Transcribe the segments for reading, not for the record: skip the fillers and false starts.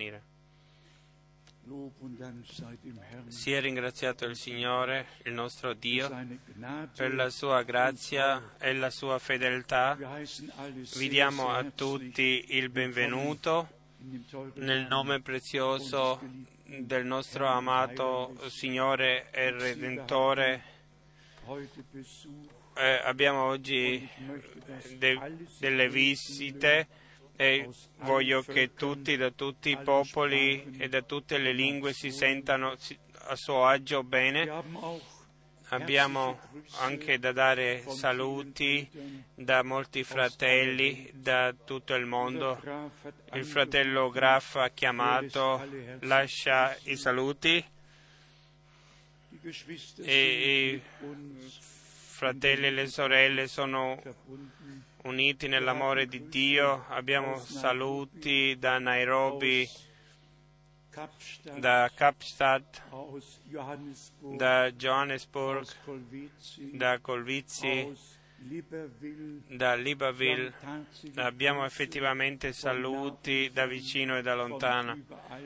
venire. Sia ringraziato il Signore, il nostro Dio, per la sua grazia e la sua fedeltà. Vi diamo a tutti il benvenuto nel nome prezioso del nostro amato Signore e Redentore. Abbiamo oggi delle visite e voglio che tutti, da tutti i popoli e da tutte le lingue, si sentano a suo agio bene. Abbiamo anche da dare saluti da molti fratelli da tutto il mondo. Il fratello Graf ha chiamato, lascia i saluti, e i fratelli e le sorelle sono uniti nell'amore di Dio. Abbiamo saluti da Nairobi, da Kapstadt, da Johannesburg, da Kolwezi, da Libreville. Abbiamo effettivamente saluti da vicino e da lontano.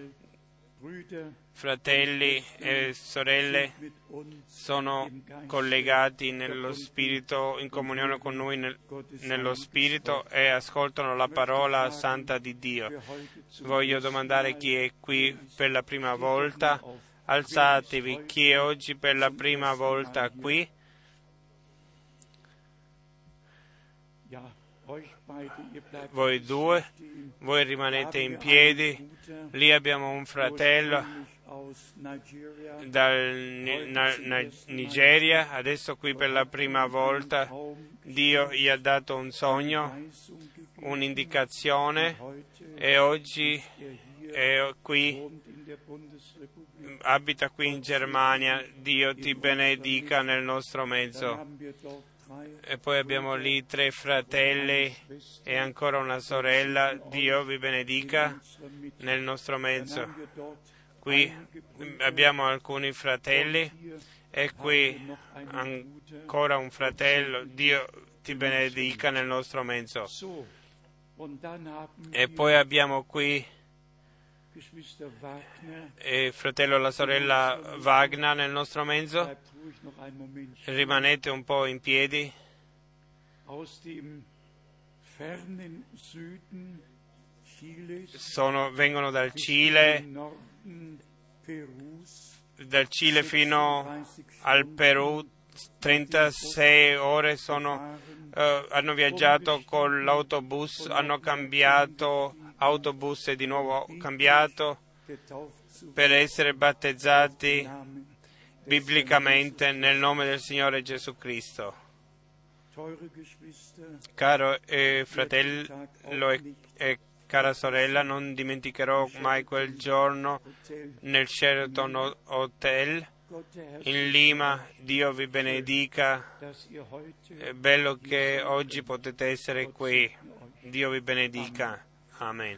Fratelli e sorelle sono collegati nello Spirito, in comunione con noi nello Spirito, e ascoltano la parola santa di Dio. Voglio domandare chi è qui per la prima volta. Alzatevi, chi è oggi per la prima volta qui? Voi due, voi rimanete in piedi. Lì abbiamo un fratello dal Nigeria, adesso qui per la prima volta. Dio gli ha dato un sogno, un'indicazione, e oggi è qui, abita qui in Germania. Dio ti benedica nel nostro mezzo. E poi abbiamo lì 3 fratelli e ancora una sorella. Dio vi benedica nel nostro mezzo. Qui abbiamo alcuni fratelli e qui ancora un fratello. Dio ti benedica nel nostro mezzo. E poi abbiamo qui il fratello e la sorella Wagner nel nostro mezzo. Rimanete un po' in piedi. Vengono dal Cile fino al Perù. 36 ore hanno viaggiato con l'autobus, hanno cambiato autobus e di nuovo cambiato per essere battezzati biblicamente nel nome del Signore Gesù Cristo. Caro fratello e cara sorella, non dimenticherò mai quel giorno nel Sheraton Hotel in Lima. Dio vi benedica. È bello che oggi potete essere qui. Dio vi benedica. Amen.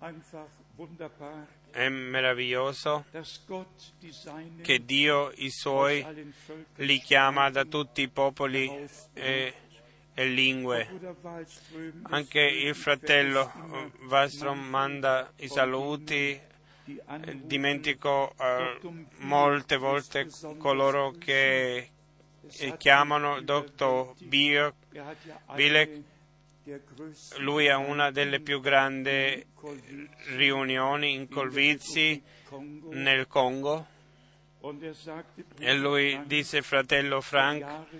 È meraviglioso che Dio i Suoi li chiama da tutti i popoli e lingue. Anche il fratello Wallström manda i saluti. Dimentico molte volte coloro che chiamano Dr. Bilek. Lui ha una delle più grandi riunioni in Kolwezi nel Congo, e lui disse: fratello Frank,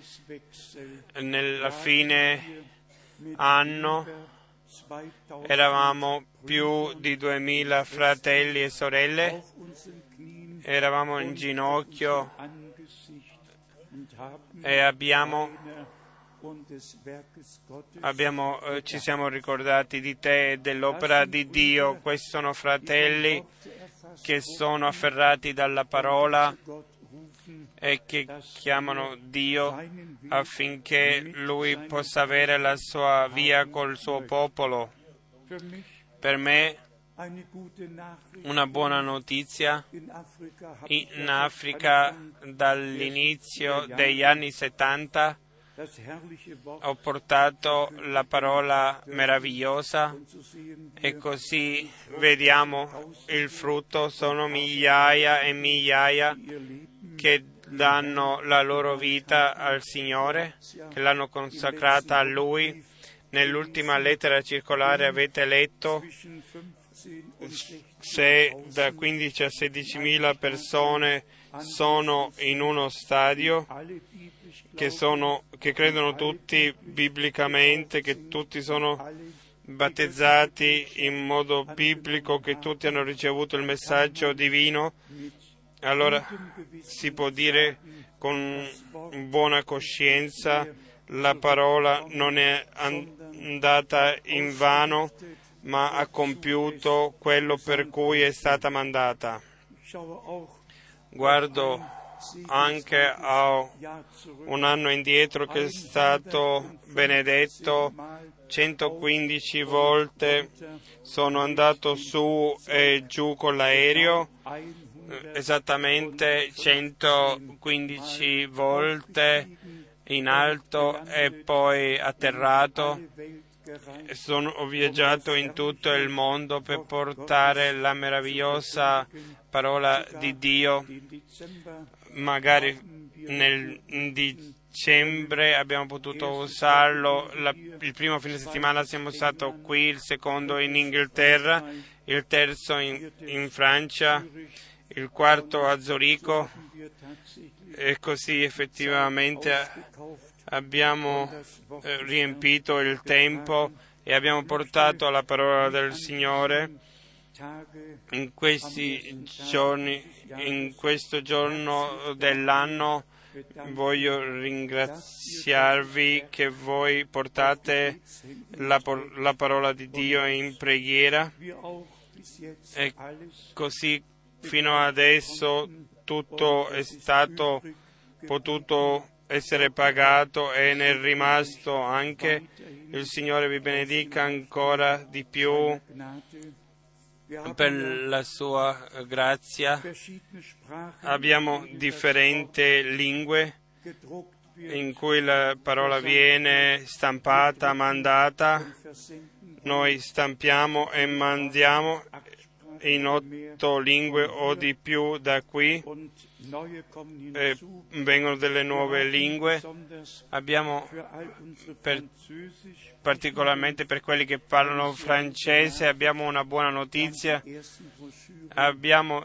nella fine anno eravamo più di 2000 fratelli e sorelle, eravamo in ginocchio e ci siamo ricordati di te e dell'opera di Dio. Questi sono fratelli che sono afferrati dalla parola e che chiamano Dio affinché Lui possa avere la sua via col suo popolo. Per me una buona notizia: in Africa dall'inizio degli anni 70 ho portato la parola meravigliosa e così vediamo il frutto. Sono migliaia e migliaia che danno la loro vita al Signore, che l'hanno consacrata a Lui. Nell'ultima lettera circolare avete letto se da 15 a 16 mila persone sono in uno stadio, che credono tutti biblicamente, che tutti sono battezzati in modo biblico, che tutti hanno ricevuto il messaggio divino, allora si può dire con buona coscienza la parola non è andata in vano, ma ha compiuto quello per cui è stata mandata. Guardo anche a un anno indietro che è stato benedetto 115 volte, sono andato su e giù con l'aereo, esattamente 115 volte in alto e poi atterrato. Ho viaggiato in tutto il mondo per portare la meravigliosa parola di Dio. Magari nel dicembre abbiamo potuto usarlo, il primo fine settimana siamo stati qui, il secondo in Inghilterra, il terzo in Francia, il quarto a Zurigo, e così effettivamente abbiamo riempito il tempo e abbiamo portato la parola del Signore in questi giorni, in questo giorno dell'anno. Voglio ringraziarvi che voi portate la parola di Dio in preghiera, e così fino adesso tutto è stato potuto essere pagato e ne è rimasto anche. Il Signore vi benedica ancora di più per la sua grazia. Abbiamo differenti lingue in cui la parola viene stampata, mandata. Noi stampiamo e mandiamo in 8 lingue o di più da qui. Vengono delle nuove lingue. Abbiamo particolarmente per quelli che parlano francese, abbiamo una buona notizia. Abbiamo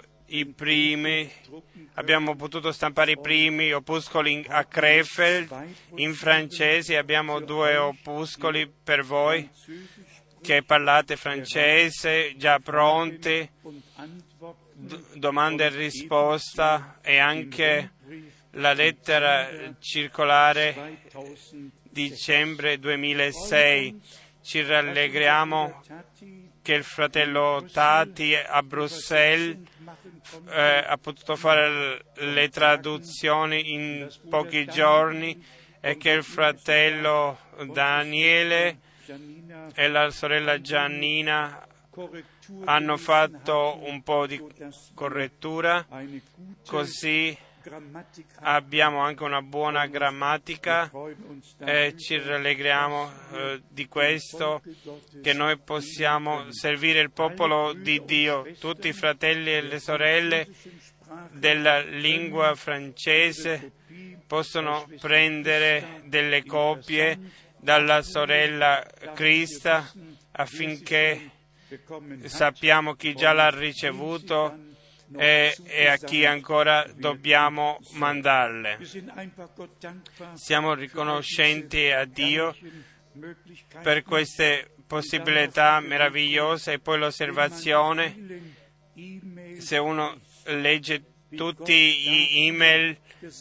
potuto stampare i primi opuscoli a Krefeld in francese. Abbiamo 2 opuscoli per voi che parlate francese, già pronti, domanda e risposta, e anche la lettera circolare dicembre 2006. Ci rallegriamo che il fratello Tati a Bruxelles ha potuto fare le traduzioni in pochi giorni, e che il fratello Daniele e la sorella Giannina hanno fatto un po' di correttura, così abbiamo anche una buona grammatica, e ci rallegriamo di questo, che noi possiamo servire il popolo di Dio. Tutti i fratelli e le sorelle della lingua francese possono prendere delle copie dalla sorella Crista affinché sappiamo chi già l'ha ricevuto e a chi ancora dobbiamo mandarle. Siamo riconoscenti a Dio per queste possibilità meravigliose. E poi l'osservazione: se uno legge tutti gli email,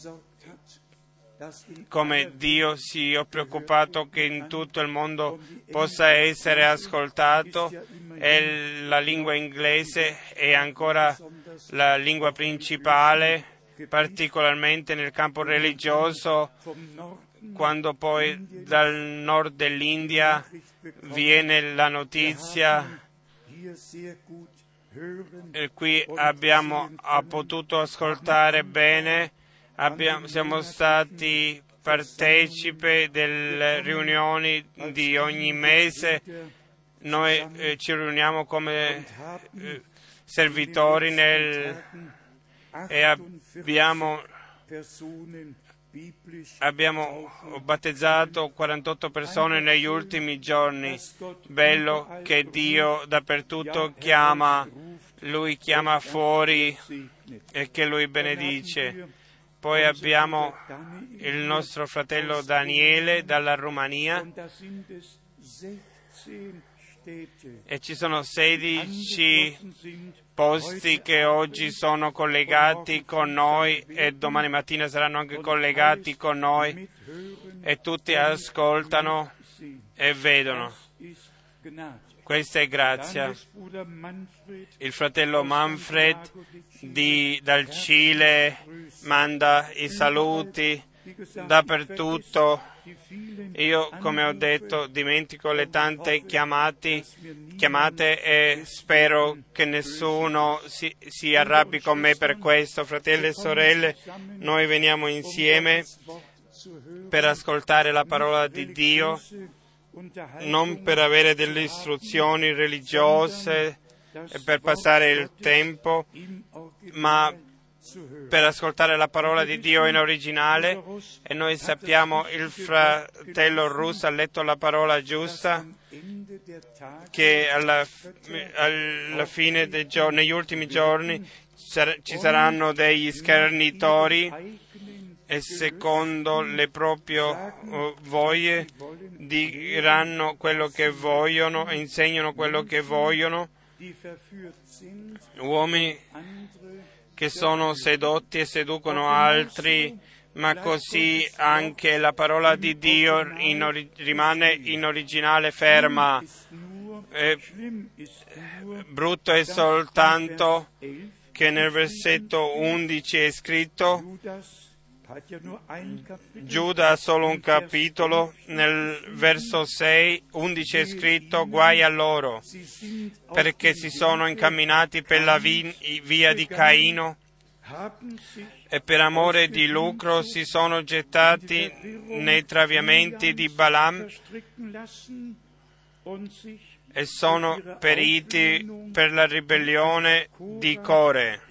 come Dio si è preoccupato che in tutto il mondo possa essere ascoltato, e la lingua inglese è ancora la lingua principale, particolarmente nel campo religioso, quando poi dal nord dell'India viene la notizia. E qui abbiamo potuto ascoltare bene. Siamo stati partecipe delle riunioni di ogni mese. Noi ci riuniamo come servitori e abbiamo battezzato 48 persone negli ultimi giorni. Bello che Dio dappertutto chiama, Lui chiama fuori e che Lui benedice. Poi abbiamo il nostro fratello Daniele dalla Romania e ci sono 16 posti che oggi sono collegati con noi e domani mattina saranno anche collegati con noi e tutti ascoltano e vedono. Questa è grazia. Il fratello Manfred dal Cile manda i saluti dappertutto. Io, come ho detto, dimentico le tante chiamate e spero che nessuno si arrabbi con me per questo. Fratelli e sorelle, noi veniamo insieme per ascoltare la parola di Dio, non per avere delle istruzioni religiose e per passare il tempo, ma per ascoltare la parola di Dio in originale. E noi sappiamo, il fratello Russo ha letto la parola giusta, che alla fine dei giorni, negli ultimi giorni ci saranno degli schernitori e secondo le proprie voglie diranno quello che vogliono e insegnano quello che vogliono, uomini che sono sedotti e seducono altri, ma così anche la parola di Dio rimane in originale ferma. Brutto è soltanto che nel versetto 11 è scritto, Giuda ha solo un capitolo, nel verso 11 è scritto, guai a loro, perché si sono incamminati per la via di Caino e per amore di lucro si sono gettati nei traviamenti di Balaam e sono periti per la ribellione di Core.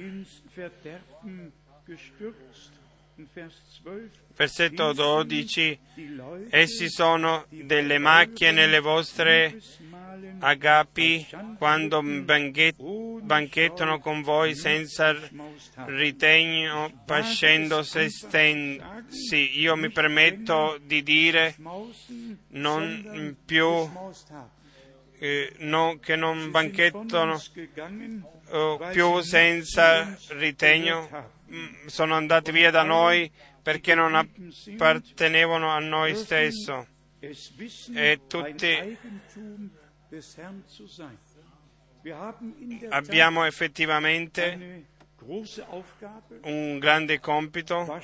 Versetto 12, essi sono delle macchie nelle vostre agapi quando banchettano con voi senza ritegno, pascendo se stessi. Io mi permetto di dire non più che non banchettano più senza ritegno, sono andati via da noi perché non appartenevano a noi stessi. E tutti abbiamo effettivamente un grande compito,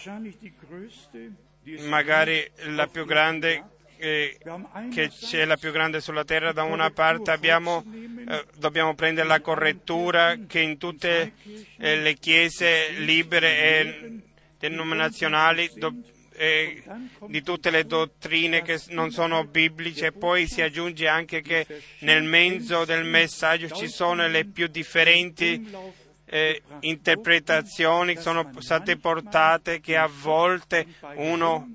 magari la più grande che c'è, la più grande sulla terra. Da una parte dobbiamo prendere la correttura che in tutte le chiese libere e denominazionali di tutte le dottrine che non sono bibliche, e poi si aggiunge anche che nel mezzo del messaggio ci sono le più differenti interpretazioni che sono state portate, che a volte uno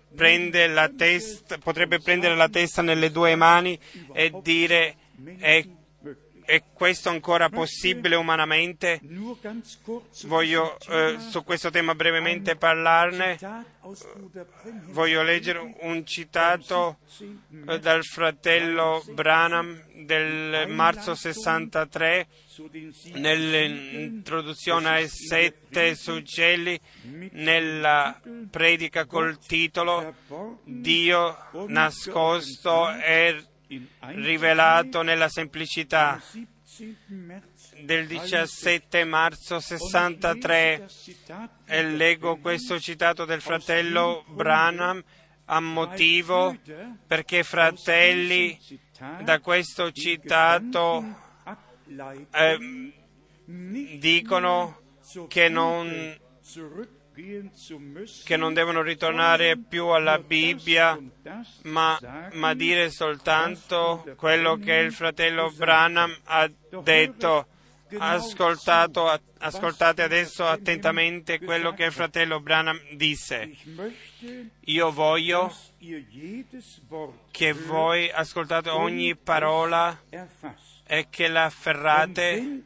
potrebbe prendere la testa nelle due mani e dire è questo ancora possibile umanamente? Voglio su questo tema brevemente parlarne. Voglio leggere un citato dal fratello Branham del marzo 63 nell'introduzione ai 7 suggelli, nella predica col titolo Dio nascosto e rivelato nella semplicità, del 17 marzo 63, e leggo questo citato del fratello Branham a motivo perché, fratelli, da questo citato dicono che non che non devono ritornare più alla Bibbia, ma dire soltanto quello che il fratello Branham ha detto. Ascoltate adesso attentamente quello che il fratello Branham disse. Io voglio che voi ascoltate ogni parola e che la afferrate,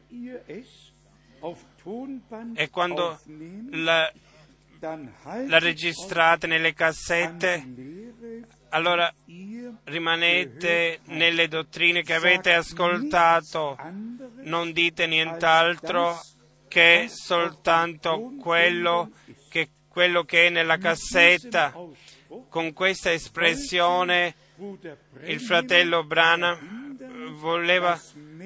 e quando la registrate nelle cassette, allora rimanete nelle dottrine che avete ascoltato, non dite nient'altro che soltanto quello che è nella cassetta. Con questa espressione il fratello Branham voleva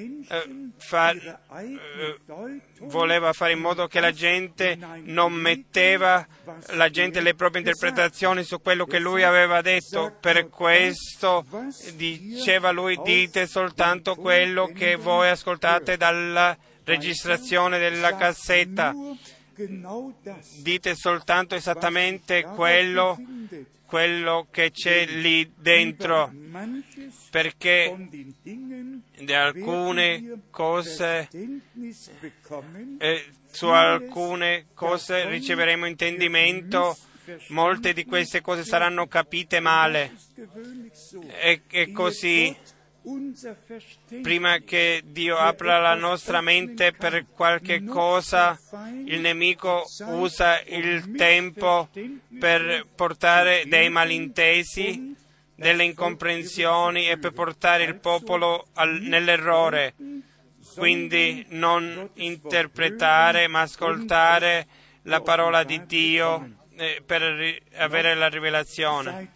fare in modo che la gente non metteva le proprie interpretazioni su quello che lui aveva detto. Per questo diceva lui: dite soltanto quello che voi ascoltate dalla registrazione della cassetta, dite soltanto esattamente quello che c'è lì dentro, perché di alcune cose, su alcune cose riceveremo intendimento, molte di queste cose saranno capite male. E così, prima che Dio apra la nostra mente per qualche cosa, il nemico usa il tempo per portare dei malintesi, delle incomprensioni e per portare il popolo nell'errore. Quindi non interpretare, ma ascoltare la parola di Dio per avere la rivelazione.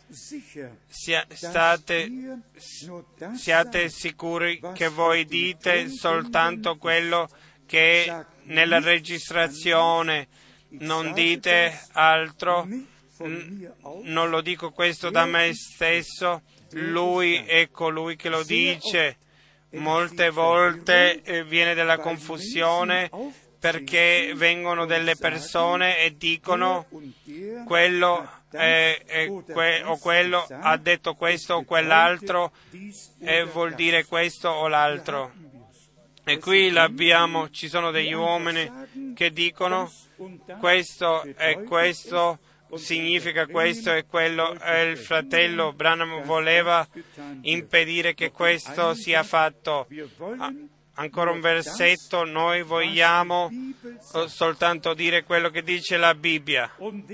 Siate sicuri che voi dite soltanto quello che è nella registrazione, non dite altro. Non lo dico questo da me stesso, lui è colui che lo dice. Molte volte viene della confusione, perché vengono delle persone e dicono quello o quello ha detto questo o quell'altro e vuol dire questo o l'altro. E qui l'abbiamo, ci sono degli uomini che dicono questo e questo significa questo e quello, e il fratello Branham voleva impedire che questo sia fatto. Ancora un versetto: noi vogliamo soltanto dire quello che dice la Bibbia.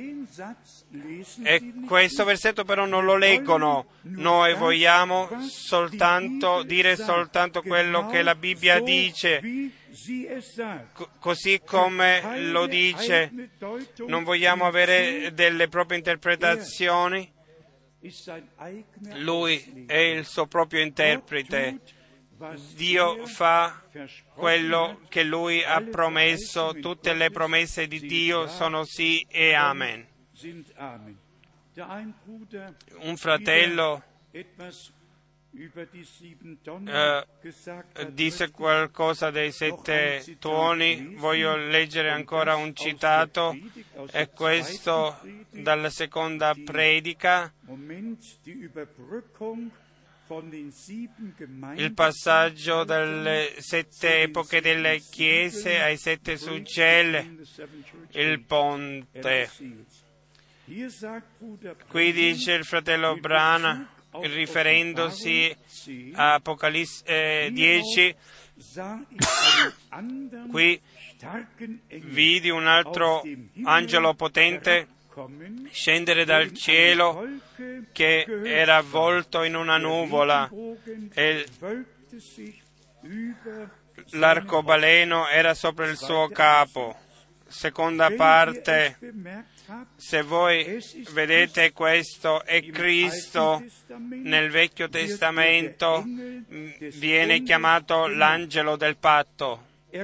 E questo versetto però non lo leggono. Noi vogliamo soltanto dire soltanto quello che la Bibbia dice, così come lo dice. Non vogliamo avere delle proprie interpretazioni. Lui è il suo proprio interprete. Dio fa quello che Lui ha promesso. Tutte le promesse di Dio sono sì e amen. Un fratello disse qualcosa dei 7 tuoni. Voglio leggere ancora un citato, e questo dalla seconda predica. Il passaggio dalle 7 epoche delle chiese ai 7 suggelle, il ponte. Qui dice il fratello Branham, riferendosi a Apocalisse 10, qui vidi un altro angelo potente scendere dal cielo, che era avvolto in una nuvola, e l'arcobaleno era sopra il suo capo. Seconda parte: se voi vedete questo, è Cristo. Nel Vecchio Testamento viene chiamato l'angelo del patto.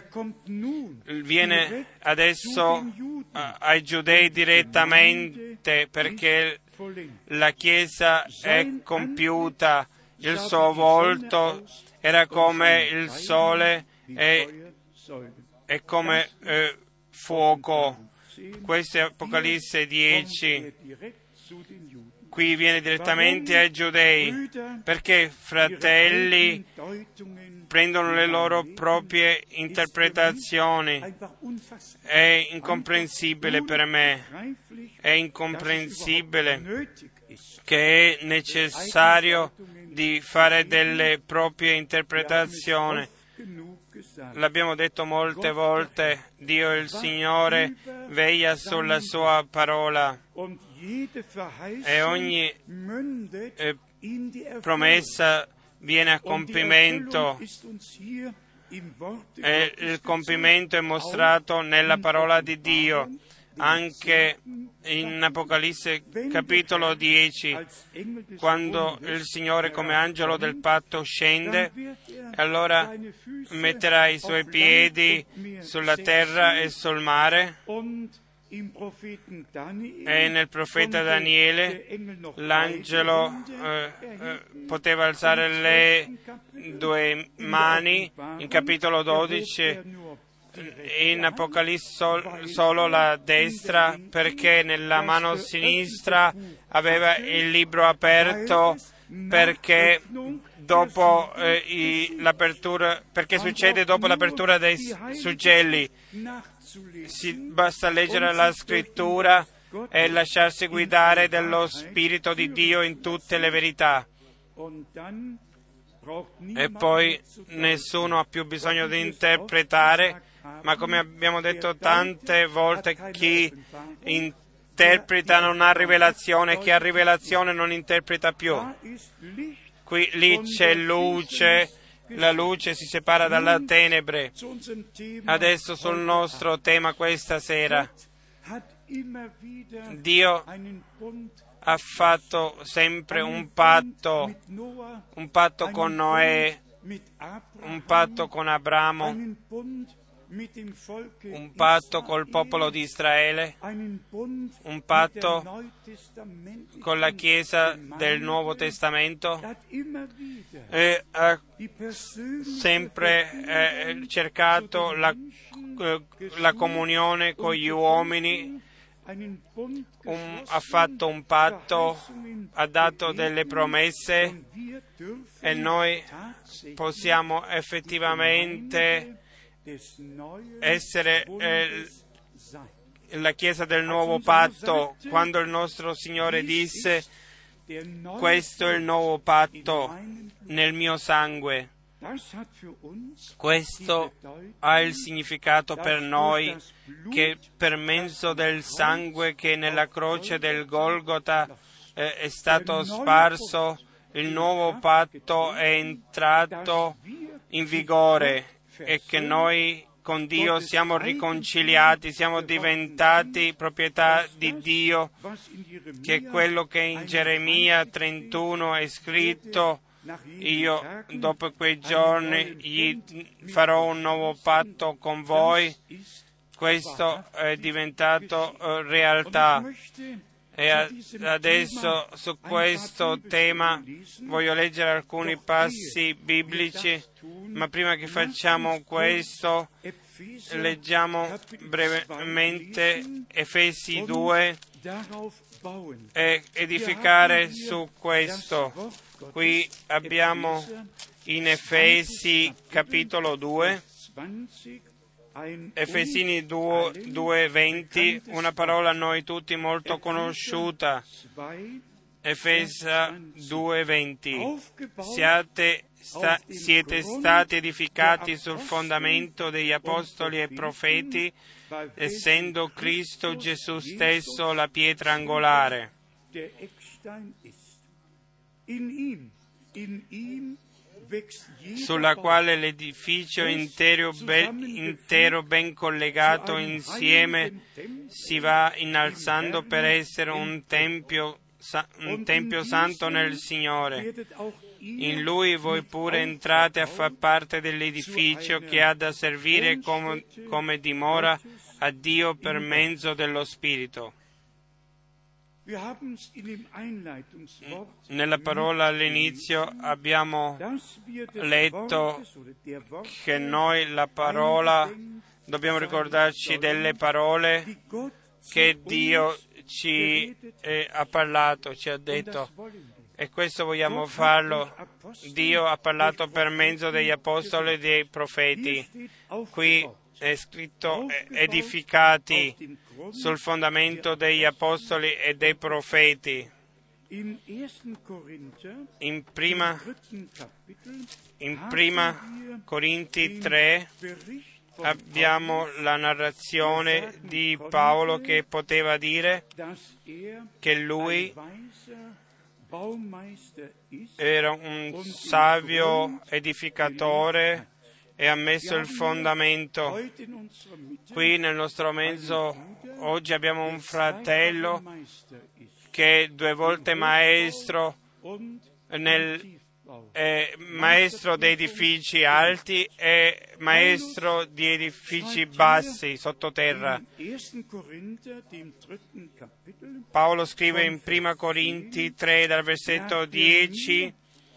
Viene adesso ai giudei direttamente, perché la Chiesa è compiuta. Il suo volto era come il sole e come fuoco. Questo è Apocalisse 10. Qui viene direttamente ai giudei, perché fratelli prendono le loro proprie interpretazioni. È incomprensibile per me, è incomprensibile che è necessario di fare delle proprie interpretazioni. L'abbiamo detto molte volte, Dio il Signore veglia sulla sua parola e ogni promessa viene a compimento e il compimento è mostrato nella parola di Dio. Anche in Apocalisse capitolo 10, quando il Signore come angelo del patto scende, allora metterà i suoi piedi sulla terra e sul mare. E nel profeta Daniele l'angelo poteva alzare le due mani, in capitolo 12, in Apocalisse solo la destra, perché nella mano sinistra aveva il libro aperto, perché dopo l'apertura, perché succede dopo l'apertura dei suggelli. Basta leggere la scrittura e lasciarsi guidare dallo Spirito di Dio in tutte le verità. E poi nessuno ha più bisogno di interpretare, ma come abbiamo detto tante volte, chi interpreta non ha rivelazione, chi ha rivelazione non interpreta più. Lì c'è luce, la luce si separa dalla tenebre. Adesso sul nostro tema questa sera, Dio ha fatto sempre un patto con Noè, un patto con Abramo, un patto col popolo di Israele, un patto con la Chiesa del Nuovo Testamento, e ha sempre cercato la comunione con gli uomini, ha fatto un patto, ha dato delle promesse e noi possiamo effettivamente essere la Chiesa del Nuovo Patto, quando il nostro Signore disse: questo è il nuovo patto nel mio sangue. Questo ha il significato per noi che per mezzo del sangue che nella croce del Golgota è stato sparso, il nuovo patto è entrato in vigore e che noi con Dio siamo riconciliati, siamo diventati proprietà di Dio, che è quello che in Geremia 31 è scritto: io dopo quei giorni gli farò un nuovo patto con voi. Questo è diventato realtà. E adesso su questo tema voglio leggere alcuni passi biblici, ma prima che facciamo questo leggiamo brevemente Efesi 2 e edificare su questo. Qui abbiamo in Efesi capitolo 2, Efesini 2:20, una parola a noi tutti molto conosciuta. Efesa 2:20. Siete stati edificati sul fondamento degli apostoli e profeti, essendo Cristo Gesù stesso la pietra angolare. Sulla quale l'edificio intero ben collegato insieme si va innalzando per essere un tempio santo nel Signore. In Lui voi pure entrate a far parte dell'edificio che ha da servire come dimora a Dio per mezzo dello Spirito. Nella parola all'inizio abbiamo letto che noi la parola, dobbiamo ricordarci delle parole che Dio ci ha parlato, ci ha detto, e questo vogliamo farlo. Dio ha parlato per mezzo degli apostoli e dei profeti. Qui è scritto edificati sul fondamento degli apostoli e dei profeti. In prima Corinti 3 abbiamo la narrazione di Paolo che poteva dire che lui era un savio edificatore e ha messo il fondamento. Qui nel nostro mezzo oggi abbiamo un fratello che è 2 volte maestro, maestro di edifici alti e maestro di edifici bassi sottoterra. Paolo scrive in prima Corinti 3 dal versetto 10: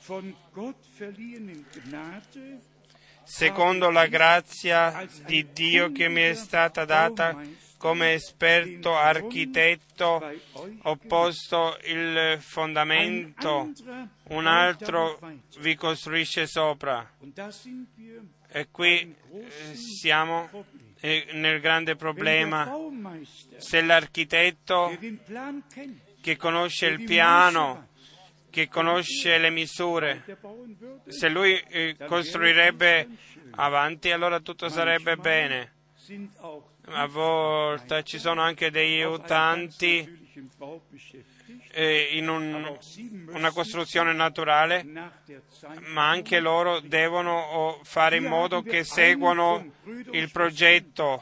secondo la grazia di Dio che mi è stata data come esperto architetto, ho posto il fondamento, un altro vi costruisce sopra. E qui siamo nel grande problema. Se l'architetto che conosce il piano, che conosce le misure, se lui costruirebbe avanti, allora tutto sarebbe bene. A volte ci sono anche degli aiutanti in una costruzione naturale, ma anche loro devono fare in modo che seguano il progetto.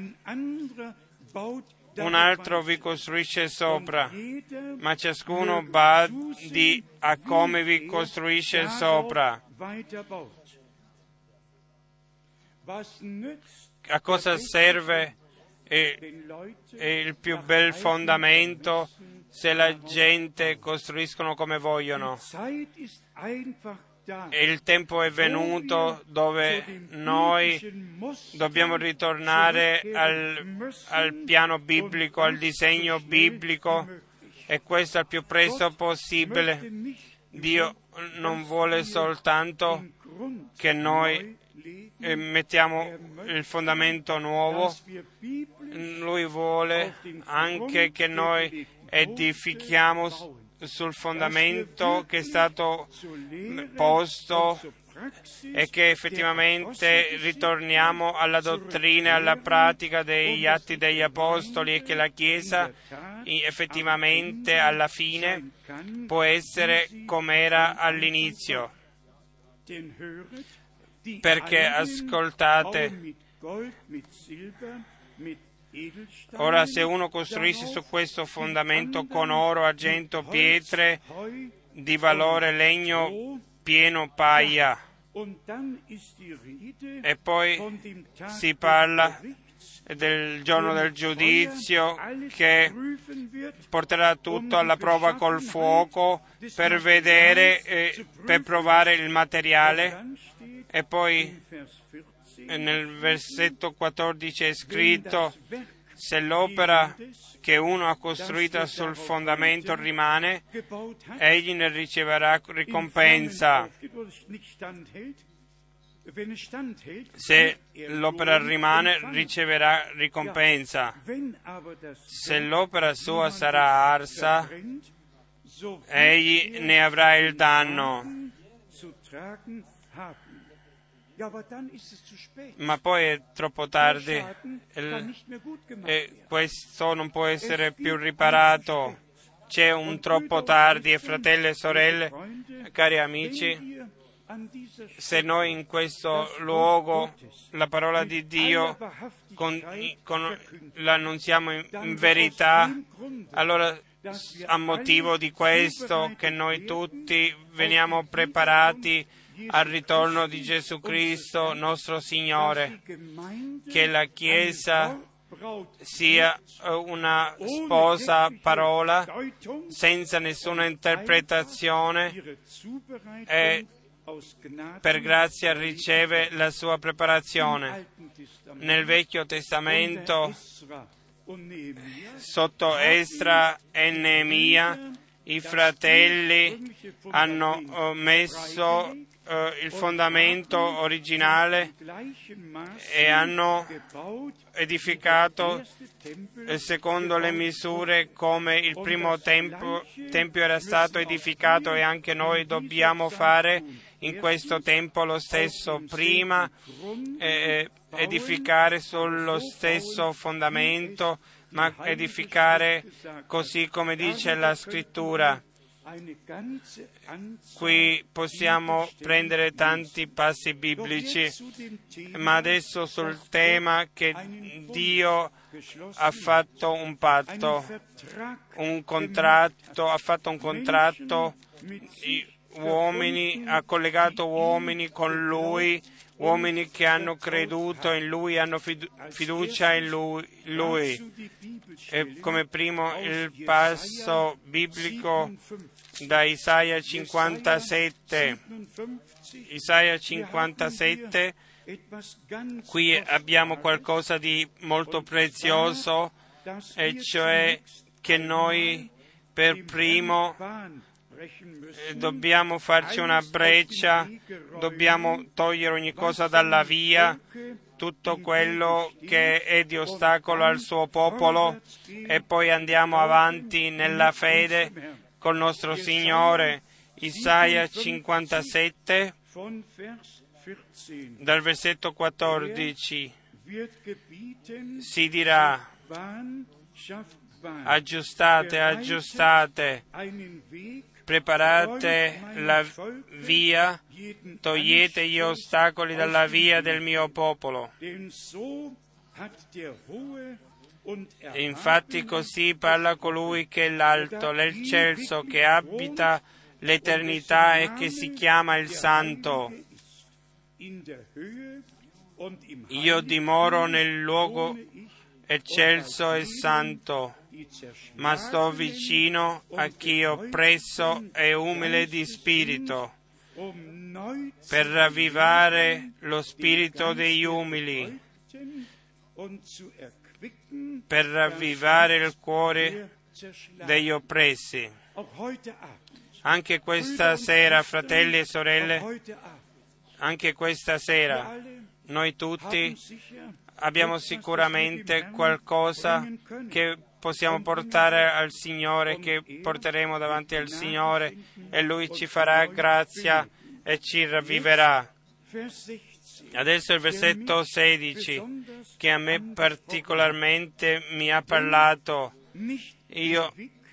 Un altro vi costruisce sopra, ma ciascuno badi a come vi costruisce sopra. A cosa serve il più bel fondamento se la gente costruiscono come vogliono? E il tempo è venuto dove noi dobbiamo ritornare al piano biblico, al disegno biblico, e questo al più presto possibile. Dio non vuole soltanto che noi mettiamo il fondamento nuovo, Lui vuole anche che noi edifichiamo sul fondamento che è stato posto e che effettivamente ritorniamo alla dottrina e alla pratica degli atti degli apostoli e che la Chiesa effettivamente alla fine può essere come era all'inizio. Perché ascoltate, ora se uno costruisce su questo fondamento con oro, argento, pietre di valore, legno pieno, paia, e poi si parla del giorno del giudizio che porterà tutto alla prova col fuoco per vedere, per provare il materiale. E poi nel versetto 14 è scritto: se l'opera che uno ha costruita sul fondamento rimane, egli ne riceverà ricompensa. Se l'opera rimane, riceverà ricompensa. Se l'opera sua sarà arsa, egli ne avrà il danno. Ma poi è troppo tardi e questo non può essere più riparato. C'è un troppo tardi e fratelli e sorelle, cari amici, se noi in questo luogo la parola di Dio l'annunziamo in verità, allora a motivo di questo che noi tutti veniamo preparati al ritorno di Gesù Cristo, nostro Signore, che la Chiesa sia una sposa parola, senza nessuna interpretazione, e per grazia riceve la sua preparazione. Nel Vecchio Testamento sotto Esra e Neemia, i fratelli hanno messo il fondamento originale e hanno edificato secondo le misure come il primo tempio era stato edificato, e anche noi dobbiamo fare in questo tempo lo stesso, prima edificare sullo stesso fondamento, ma edificare così come dice la Scrittura. Qui possiamo prendere tanti passi biblici, ma adesso sul tema che Dio ha fatto un patto, ha fatto un contratto, ha collegato uomini con Lui, uomini che hanno creduto in Lui, hanno fiducia in Lui. E come primo il passo biblico da Isaia 57. Isaia 57, qui abbiamo qualcosa di molto prezioso, e cioè che noi per primo dobbiamo farci una breccia, dobbiamo togliere ogni cosa dalla via, tutto quello che è di ostacolo al suo popolo, e poi andiamo avanti nella fede col nostro Signore. Isaia 57, dal versetto 14, si dirà: aggiustate, aggiustate, preparate la via, togliete gli ostacoli dalla via del mio popolo. Infatti così parla colui che è l'alto, l'eccelso, che abita l'eternità e che si chiama il Santo. Io dimoro nel luogo eccelso e santo, ma sto vicino a chi è oppresso e umile di spirito, per ravvivare lo spirito degli umili, per ravvivare il cuore degli oppressi. Anche questa sera, fratelli e sorelle, anche questa sera, noi tutti abbiamo sicuramente qualcosa che possiamo portare al Signore, che porteremo davanti al Signore, e Lui ci farà grazia e ci ravviverà. Adesso il versetto 16, che a me particolarmente mi ha parlato. Io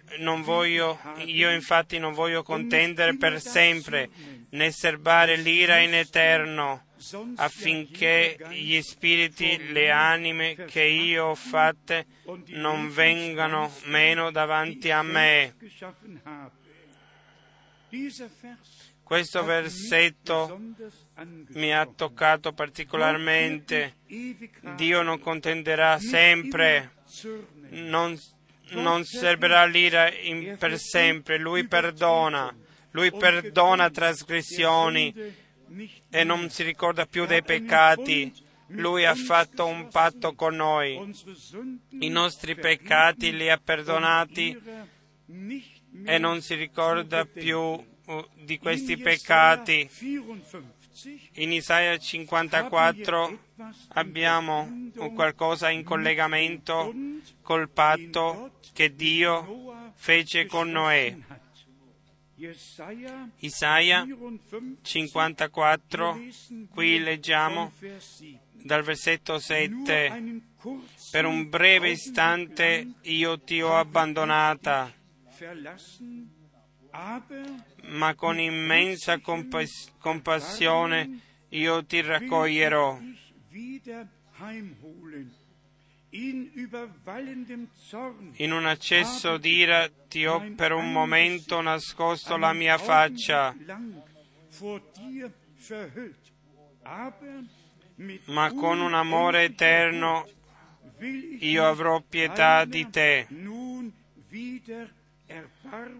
infatti non voglio contendere per sempre, né serbare l'ira in eterno, affinché gli spiriti, le anime che io ho fatte non vengano meno davanti a me. Questo versetto mi ha toccato particolarmente. Dio non contenderà sempre, non serberà l'ira per sempre. Lui perdona trasgressioni e non si ricorda più dei peccati. Lui ha fatto un patto con noi. I nostri peccati li ha perdonati e non si ricorda più di questi peccati. In Isaia 54 abbiamo qualcosa in collegamento col patto che Dio fece con Noè. Isaia 54, qui leggiamo dal versetto 7: per un breve istante io ti ho abbandonata, ma con immensa compassione io ti raccoglierò. In un accesso d'ira ti ho per un momento nascosto la mia faccia, ma con un amore eterno io avrò pietà di te.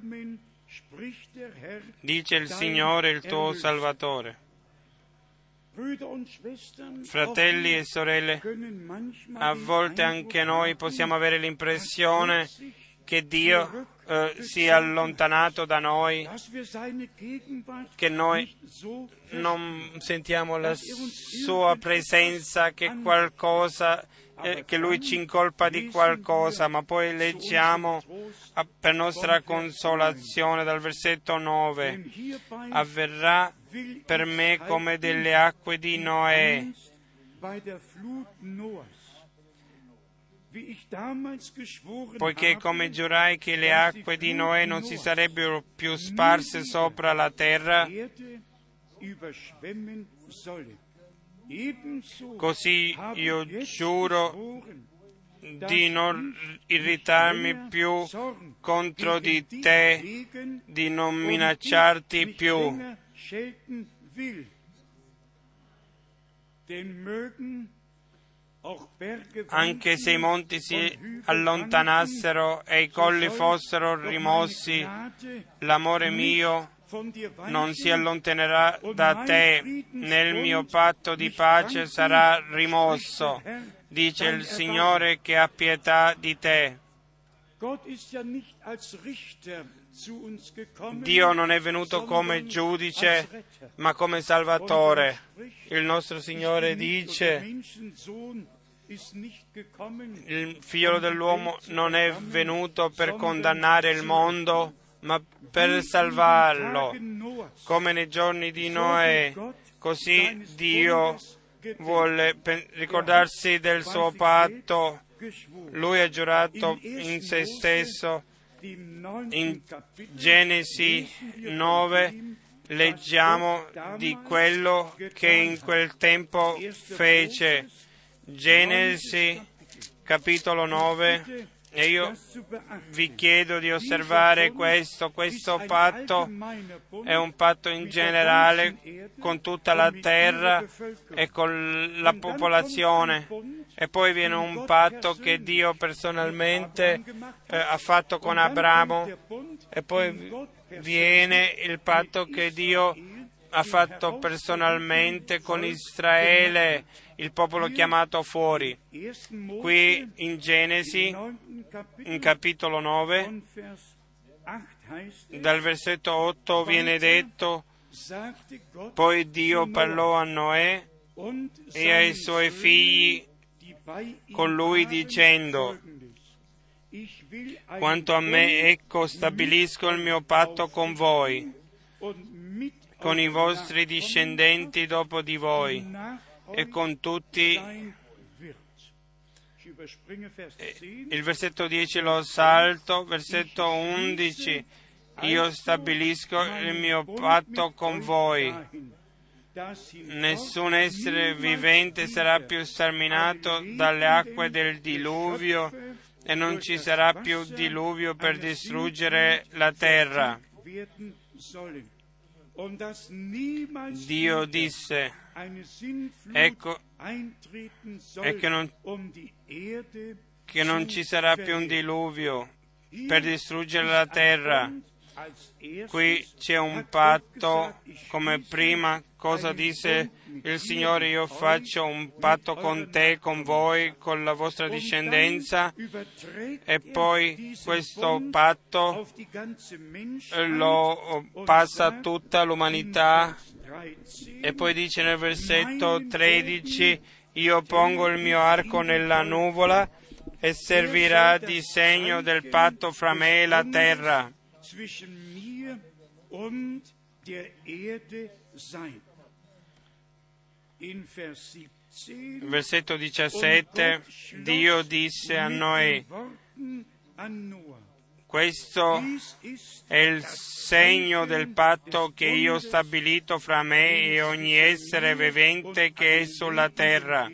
Dice il Signore, il tuo Salvatore. Fratelli e sorelle, a volte anche noi possiamo avere l'impressione che Dio sia allontanato da noi, che noi non sentiamo la sua presenza, che Lui ci incolpa di qualcosa, ma poi leggiamo per nostra consolazione dal versetto 9: avverrà per me come delle acque di Noè. Poiché come giurai che le acque di Noè non si sarebbero più sparse sopra la terra, così io giuro di non irritarmi più contro di te, di non minacciarti più. Anche se i monti si allontanassero e i colli fossero rimossi, l'amore mio non si allontanerà da te, nel mio patto di pace sarà rimosso, dice il Signore che ha pietà di te. Dio non è venuto come giudice, ma come Salvatore. Il nostro Signore dice: il Figlio dell'uomo non è venuto per condannare il mondo, ma per salvarlo. Come nei giorni di Noè, così Dio vuole ricordarsi del suo patto. Lui ha giurato in se stesso. In Genesi 9 leggiamo di quello che in quel tempo fece. Genesi capitolo 9, e io vi chiedo di osservare questo patto è un patto in generale con tutta la terra e con la popolazione, e poi viene un patto che Dio personalmente ha fatto con Abramo, e poi viene il patto che Dio ha fatto personalmente con Israele, il popolo chiamato fuori. Qui in Genesi, in capitolo 9, dal versetto 8 viene detto: poi Dio parlò a Noè e ai suoi figli con lui dicendo: quanto a me, ecco, stabilisco il mio patto con voi, con i vostri discendenti dopo di voi e con tutti. Il versetto 10 lo salto, versetto 11: io stabilisco il mio patto con voi. Nessun essere vivente sarà più sterminato dalle acque del diluvio e non ci sarà più diluvio per distruggere la terra. Dio disse: ecco, che non ci sarà più un diluvio per distruggere la terra. Qui c'è un patto, come prima. Cosa disse il Signore? Io faccio un patto con te, con voi, con la vostra discendenza, e poi questo patto lo passa a tutta l'umanità. E poi dice nel versetto 13: io pongo il mio arco nella nuvola e servirà di segno del patto fra me e la terra. Versetto 17: Dio disse a Noè: questo è il segno del patto che io ho stabilito fra me e ogni essere vivente che è sulla terra.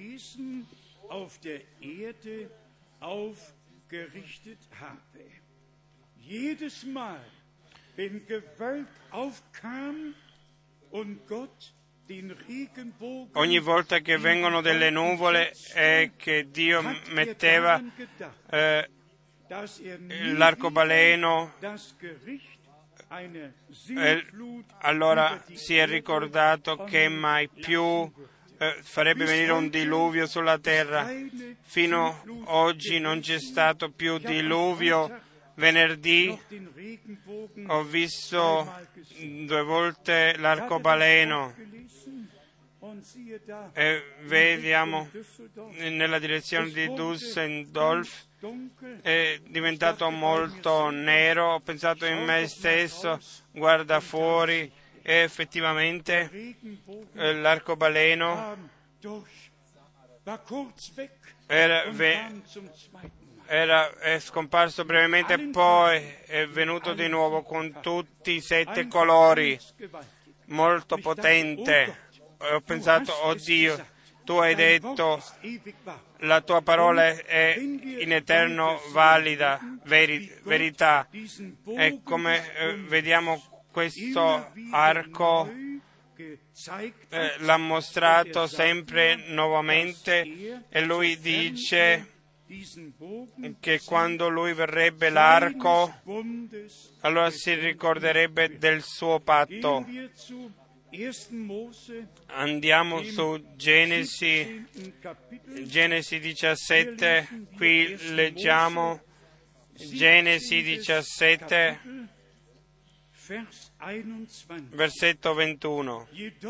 Ogni volta che vengono delle nuvole e che Dio metteva l'arcobaleno allora si è ricordato che mai più farebbe venire un diluvio sulla terra. Fino oggi non c'è stato più diluvio. Venerdì ho visto 2 volte l'arcobaleno e vediamo nella direzione di Düsseldorf è diventato molto nero. Ho pensato in me stesso, guarda fuori, e effettivamente l'arcobaleno è scomparso brevemente, poi è venuto di nuovo con tutti i 7 colori, molto potente. Ho pensato, oh Dio, tu hai detto, la tua parola è in eterno valida, verità. E come vediamo questo arco l'ha mostrato sempre nuovamente, e lui dice che quando lui verrebbe l'arco, allora si ricorderebbe del suo patto. Andiamo su Genesi 17, qui leggiamo Genesi 17, versetto 21.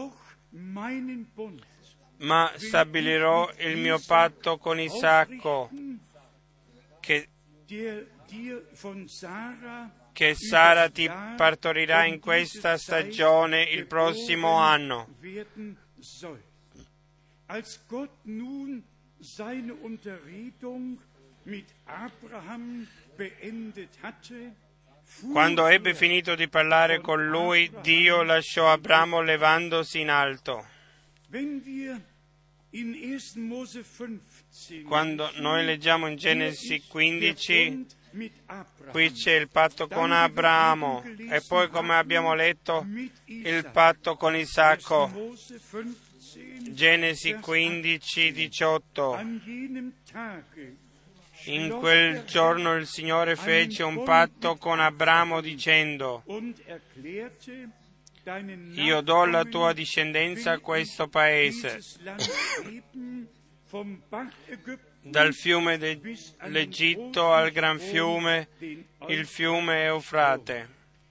Ma stabilirò il mio patto con Isacco, che Sara ti partorirà in questa stagione il prossimo anno. Quando ebbe finito di parlare con lui, Dio lasciò Abramo levandosi in alto. Quando noi leggiamo in Genesi 15, qui c'è il patto con Abramo, e poi, come abbiamo letto, il patto con Isacco. Genesi 15, 18. In quel giorno il Signore fece un patto con Abramo dicendo: io do alla tua discendenza questo paese, dal fiume dell'Egitto al gran fiume, il fiume Eufrate.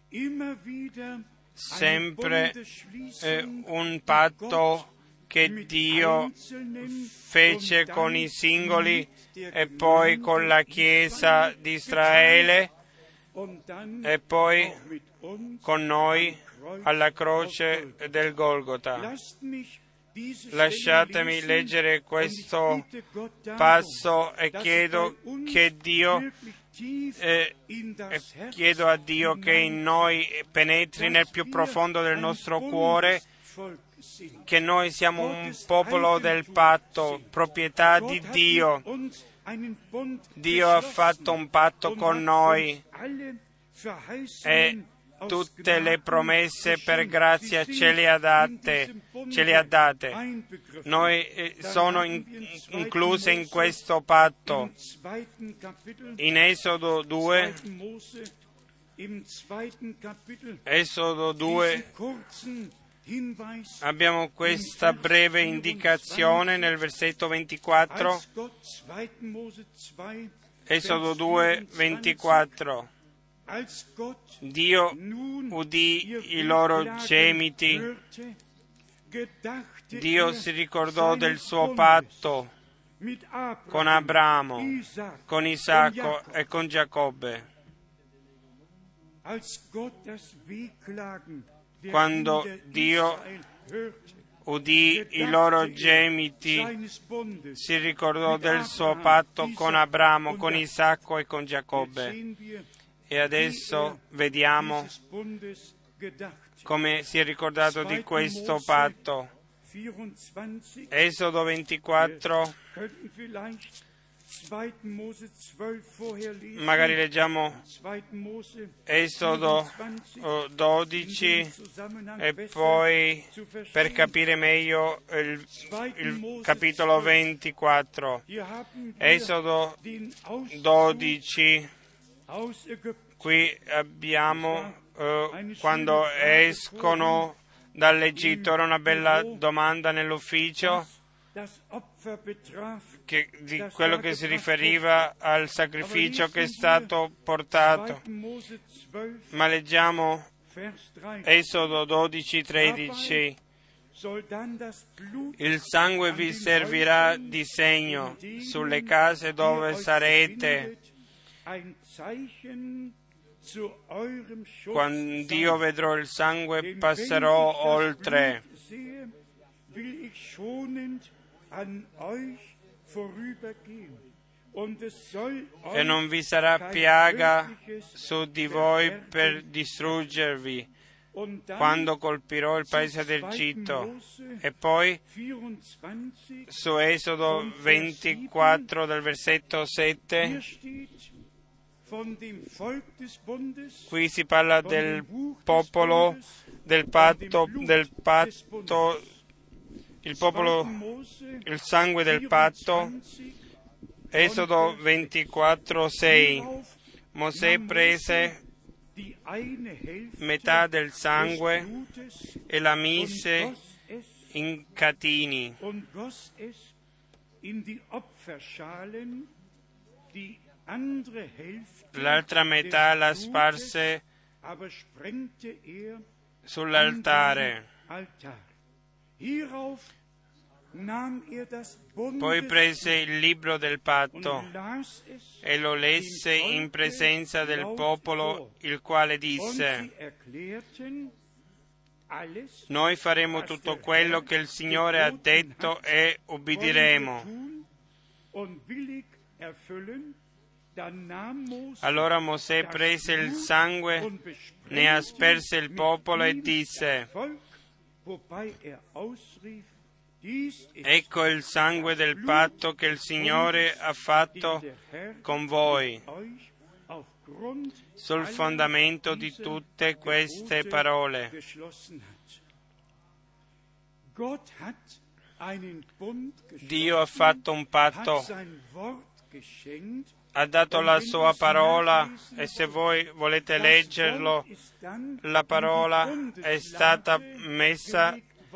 Sempre un patto che Dio fece con i singoli e poi con la Chiesa di Israele e poi con noi alla croce del Golgota. Lasciatemi leggere questo passo e chiedo a Dio che in noi penetri nel più profondo del nostro cuore, che noi siamo un popolo del patto, proprietà di Dio. Dio ha fatto un patto con noi e tutte le promesse per grazia ce le ha date. Noi sono incluse in questo patto. In Esodo 2, abbiamo questa breve indicazione nel versetto 24. Esodo 2, 24. Dio udì i loro gemiti. Dio si ricordò del suo patto con Abramo, con Isacco e con Giacobbe. Quando Dio udì i loro gemiti, si ricordò del suo patto con Abramo, con Isacco e con Giacobbe. E adesso vediamo come si è ricordato di questo patto. Esodo 24, magari leggiamo Esodo 12 e poi per capire meglio il capitolo 24. Esodo 12, qui abbiamo quando escono dall'Egitto. Era una bella domanda nell'ufficio di quello che si riferiva al sacrificio che è stato portato. Ma leggiamo Esodo 12:13. Il sangue vi servirà di segno sulle case dove sarete. Quando io vedrò il sangue passerò oltre. E non vi sarà piaga su di voi per distruggervi quando colpirò il paese d'Egitto. E poi su Esodo 24 del versetto 7, qui si parla del popolo, del patto, il popolo, il sangue del patto. Esodo 24:6. Mosè prese metà del sangue e la mise in catini. L'altra metà la sparse sull'altare. Poi prese il libro del patto e lo lesse in presenza del popolo, il quale disse: noi faremo tutto quello che il Signore ha detto e ubbidiremo. Allora Mosè prese il sangue, ne asperse il popolo e disse: ecco il sangue del patto che il Signore ha fatto con voi. Sul fondamento di tutte queste parole. Dio ha fatto un patto, ha dato la sua parola, e se voi volete leggerlo, la parola è stata messa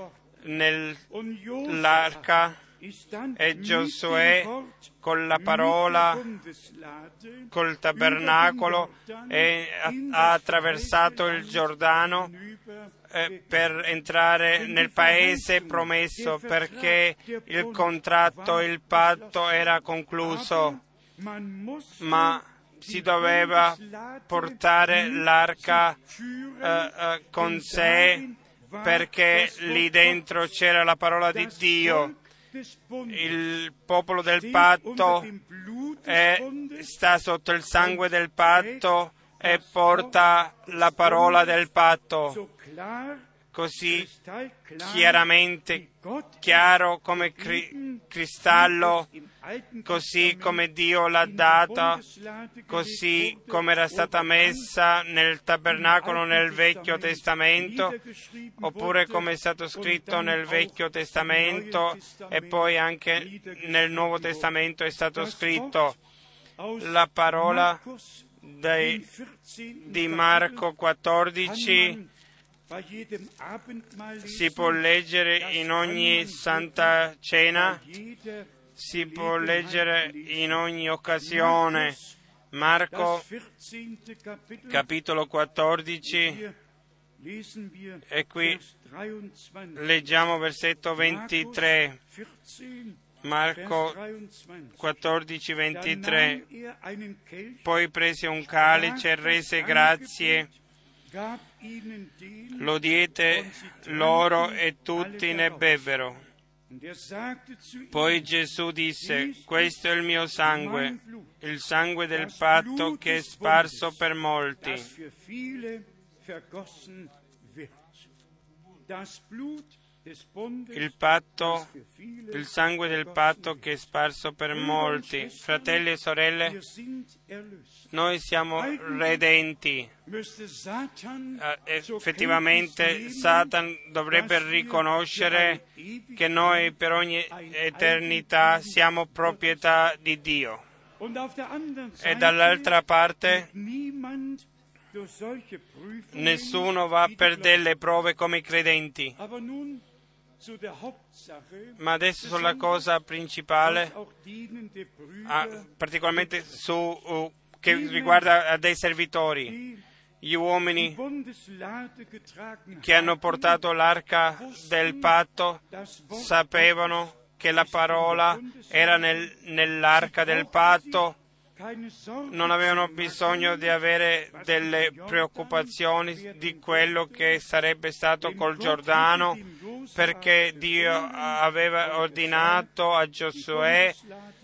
nell'arca e Giosuè con la parola, col tabernacolo, ha attraversato il Giordano per entrare nel paese promesso, perché il contratto, il patto era concluso, ma si doveva portare l'arca con sé, perché lì dentro c'era la parola di Dio. Il popolo del patto sta sotto il sangue del patto e porta la parola del patto, così chiaro come cristallo, così come Dio l'ha data, così come era stata messa nel tabernacolo nel Vecchio Testamento, oppure come è stato scritto nel Vecchio Testamento e poi anche nel Nuovo Testamento è stato scritto. La parola di Marco 14 si può leggere in ogni Santa Cena, si può leggere in ogni occasione. Marco capitolo 14, e qui leggiamo versetto 23. Marco 14:23. Poi prese un calice e rese grazie, lo diede loro e tutti ne bevvero. Poi Gesù disse: questo è il mio sangue, il sangue del patto che è sparso per molti. Il sangue del patto che è sparso per molti. Fratelli e sorelle, noi siamo redenti. Effettivamente Satan dovrebbe riconoscere che noi per ogni eternità siamo proprietà di Dio. E dall'altra parte Nessuno va per delle prove come i credenti. Ma adesso sulla cosa principale, particolarmente che riguarda a dei servitori, gli uomini che hanno portato l'arca del patto sapevano che la parola era nell'arca del patto, non avevano bisogno di avere delle preoccupazioni di quello che sarebbe stato col Giordano, perché Dio aveva ordinato a Giosuè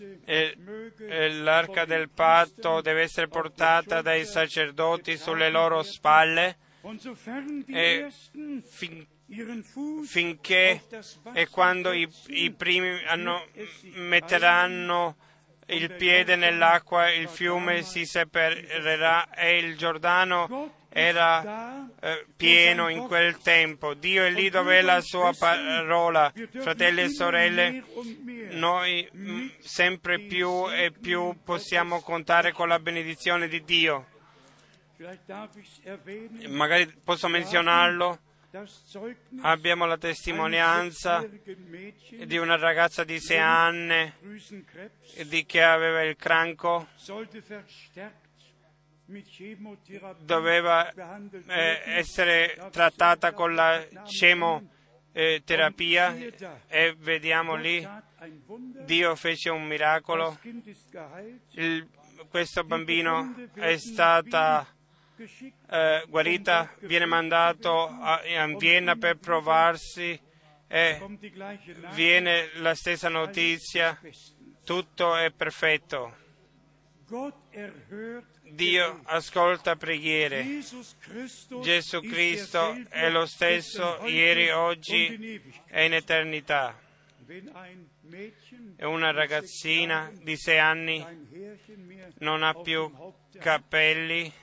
l'arca del patto deve essere portata dai sacerdoti sulle loro spalle e finché e quando i primi metteranno il piede nell'acqua, il fiume si separerà e il Giordano era pieno in quel tempo. Dio è lì dove è la sua parola. Fratelli e sorelle, noi sempre più e più possiamo contare con la benedizione di Dio. Magari posso menzionarlo. Abbiamo la testimonianza di una ragazza di 6 anni che aveva il cancro, doveva essere trattata con la chemioterapia e vediamo lì Dio fece un miracolo. Questo bambino è stata guarita, viene mandato a Vienna per provarsi e viene la stessa notizia, tutto è perfetto. Dio ascolta preghiere. Gesù Cristo è lo stesso ieri, oggi e in eternità. E una ragazzina di 6 anni non ha più capelli,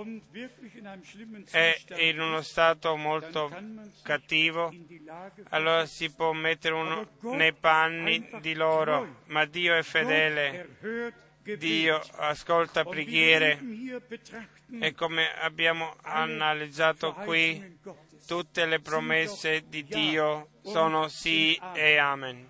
è in uno stato molto cattivo, allora si può mettere uno nei panni di loro, ma Dio è fedele, Dio ascolta preghiere e come abbiamo analizzato qui, tutte le promesse di Dio sono sì e amen.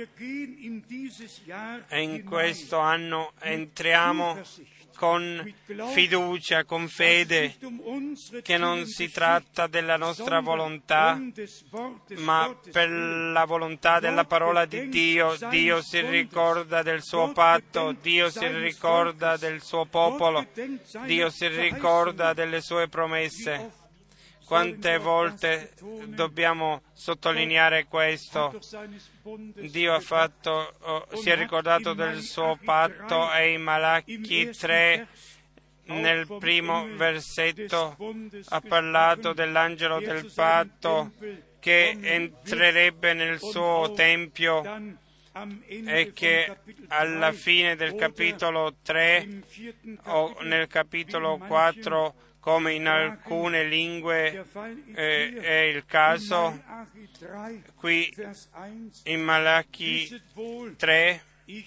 E in questo anno entriamo con fiducia, con fede, che non si tratta della nostra volontà, ma per la volontà della parola di Dio. Dio si ricorda del suo patto, Dio si ricorda del suo popolo, Dio si ricorda delle sue promesse. Quante volte dobbiamo sottolineare questo? Dio si è ricordato del suo patto e in Malachì 3, nel primo versetto, ha parlato dell'angelo del patto che entrerebbe nel suo tempio e che alla fine del capitolo 3 o nel capitolo 4, come in alcune lingue è il caso, qui in Malachì 3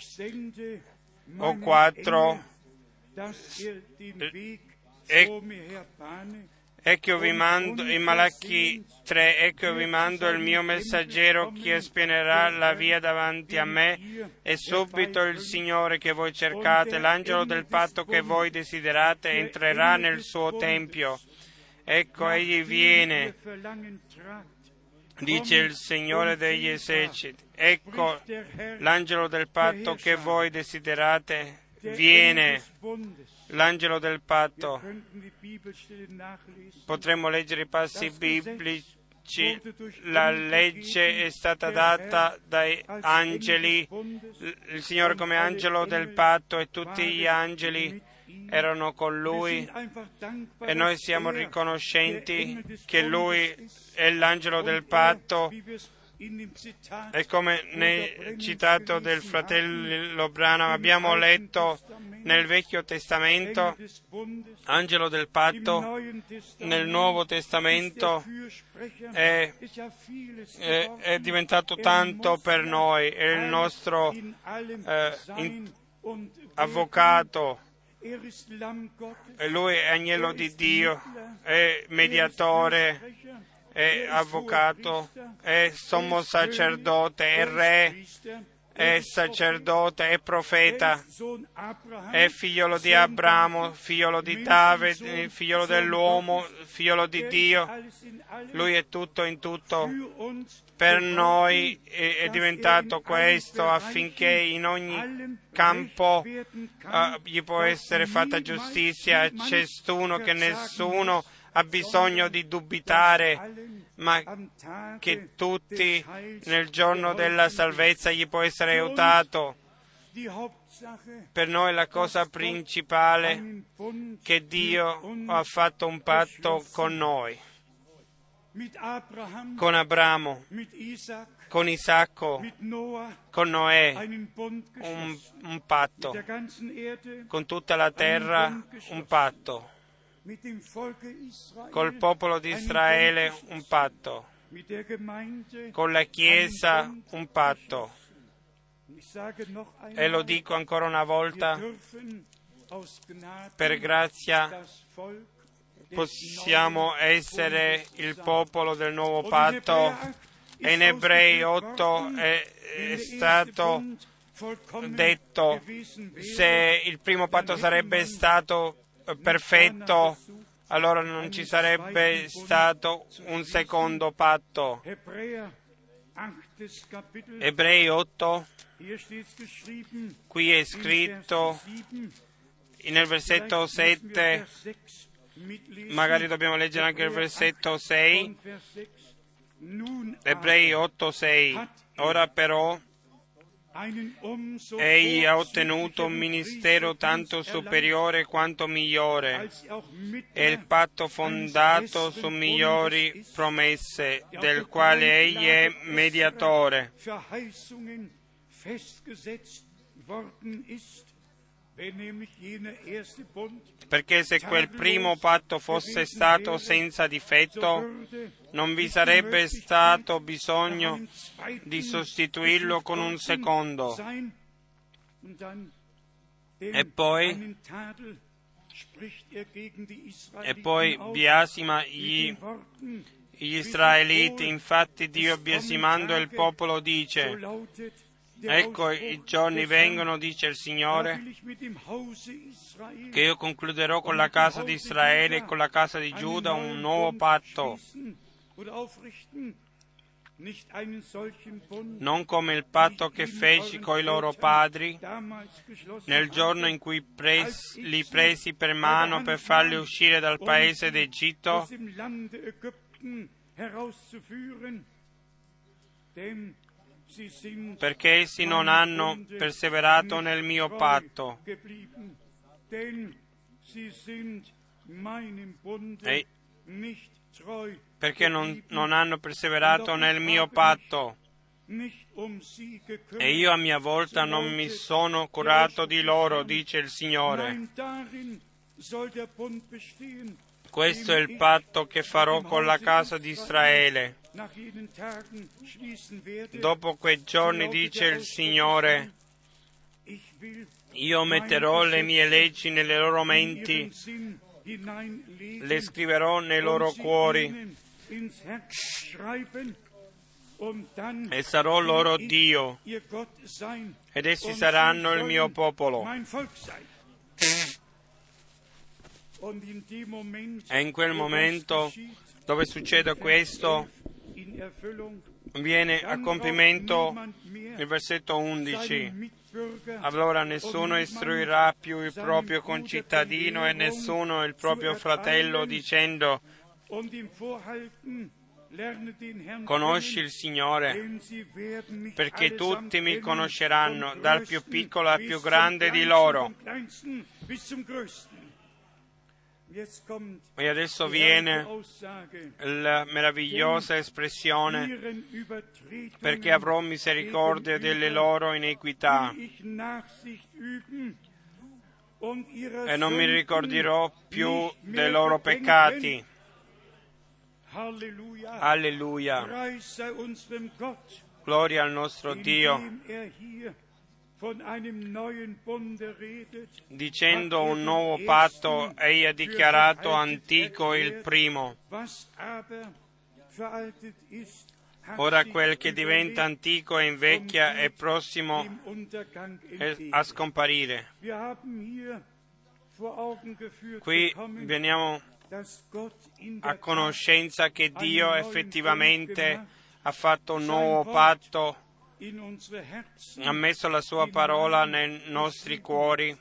o 4, ecco io vi mando, in Malachì 3, ecco io vi mando il mio messaggero che spienerà la via davanti a me, e subito il Signore che voi cercate, l'angelo del patto che voi desiderate, entrerà nel suo tempio. Ecco, egli viene, dice il Signore degli eserciti. Ecco, l'angelo del patto che voi desiderate viene. L'angelo del patto. Potremmo leggere i passi biblici. La legge è stata data dai angeli, il Signore come angelo del patto, e tutti gli angeli erano con Lui, e noi siamo riconoscenti che Lui è l'angelo del patto. E come nel citato del fratello Branham abbiamo letto nel Vecchio Testamento, angelo del patto, nel Nuovo Testamento è diventato tanto per noi, è il nostro avvocato, E Lui è agnello di Dio, è mediatore, è avvocato, è sommo sacerdote, è re, è sacerdote, è profeta, è figliolo di Abramo, figliolo di Davide, figliolo dell'uomo, figliolo di Dio. Lui è tutto in tutto. Per noi è diventato questo affinché in ogni campo gli può essere fatta giustizia a ciacuno, che nessuno ha bisogno di dubitare, ma che tutti nel giorno della salvezza gli può essere aiutato. Per noi la cosa principale è che Dio ha fatto un patto con noi, con Abramo, con Isacco, con Noè, un patto, con tutta la terra un patto, col popolo di Israele un patto, con la Chiesa un patto. E lo dico ancora una volta, per grazia possiamo essere il popolo del nuovo patto. E in Ebrei 8 è stato detto, se il primo patto sarebbe stato perfetto, allora non ci sarebbe stato un secondo patto. Ebrei 8, qui è scritto nel versetto 7, magari dobbiamo leggere anche il versetto 6, Ebrei 8, 6. Ora però egli ha ottenuto un ministero tanto superiore quanto migliore, e il patto fondato su migliori promesse, del quale egli è mediatore. Perché se quel primo patto fosse stato senza difetto, non vi sarebbe stato bisogno di sostituirlo con un secondo. E poi biasima gli israeliti. Infatti Dio, biasimando il popolo, dice: ecco, i giorni vengono, dice il Signore, che io concluderò con la casa di Israele e con la casa di Giuda un nuovo patto, non come il patto che feci coi loro padri nel giorno in cui li presi per mano per farli uscire dal paese d'Egitto, perché essi non hanno perseverato nel mio patto. Perché non hanno perseverato nel mio patto. E io a mia volta non mi sono curato di loro, dice il Signore. Questo è il patto che farò con la casa di Israele. Dopo quei giorni, dice il Signore, io metterò le mie leggi nelle loro menti, le scriverò nei loro cuori, e sarò loro Dio, ed essi saranno il mio popolo. E in quel momento dove succede questo, viene a compimento il versetto 11. Allora nessuno istruirà più il proprio concittadino e nessuno il proprio fratello, dicendo: conosci il Signore, perché tutti mi conosceranno, dal più piccolo al più grande di loro. E adesso viene la meravigliosa espressione: perché avrò misericordia delle loro iniquità e non mi ricorderò più dei loro peccati. Alleluia. Gloria al nostro Dio, Dicendo un nuovo patto, egli ha dichiarato antico il primo. Ora quel che diventa antico e invecchia è prossimo a scomparire. Qui veniamo a conoscenza che Dio effettivamente ha fatto un nuovo patto, ha messo la sua parola nei nostri cuori.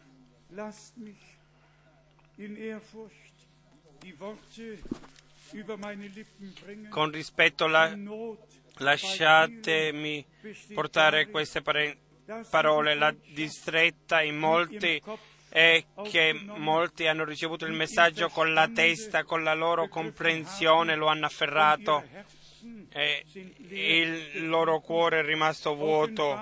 Con rispetto lasciatemi portare queste parole. La distretta in molti è che molti hanno ricevuto il messaggio con la testa, con la loro comprensione, lo hanno afferrato e il loro cuore è rimasto vuoto.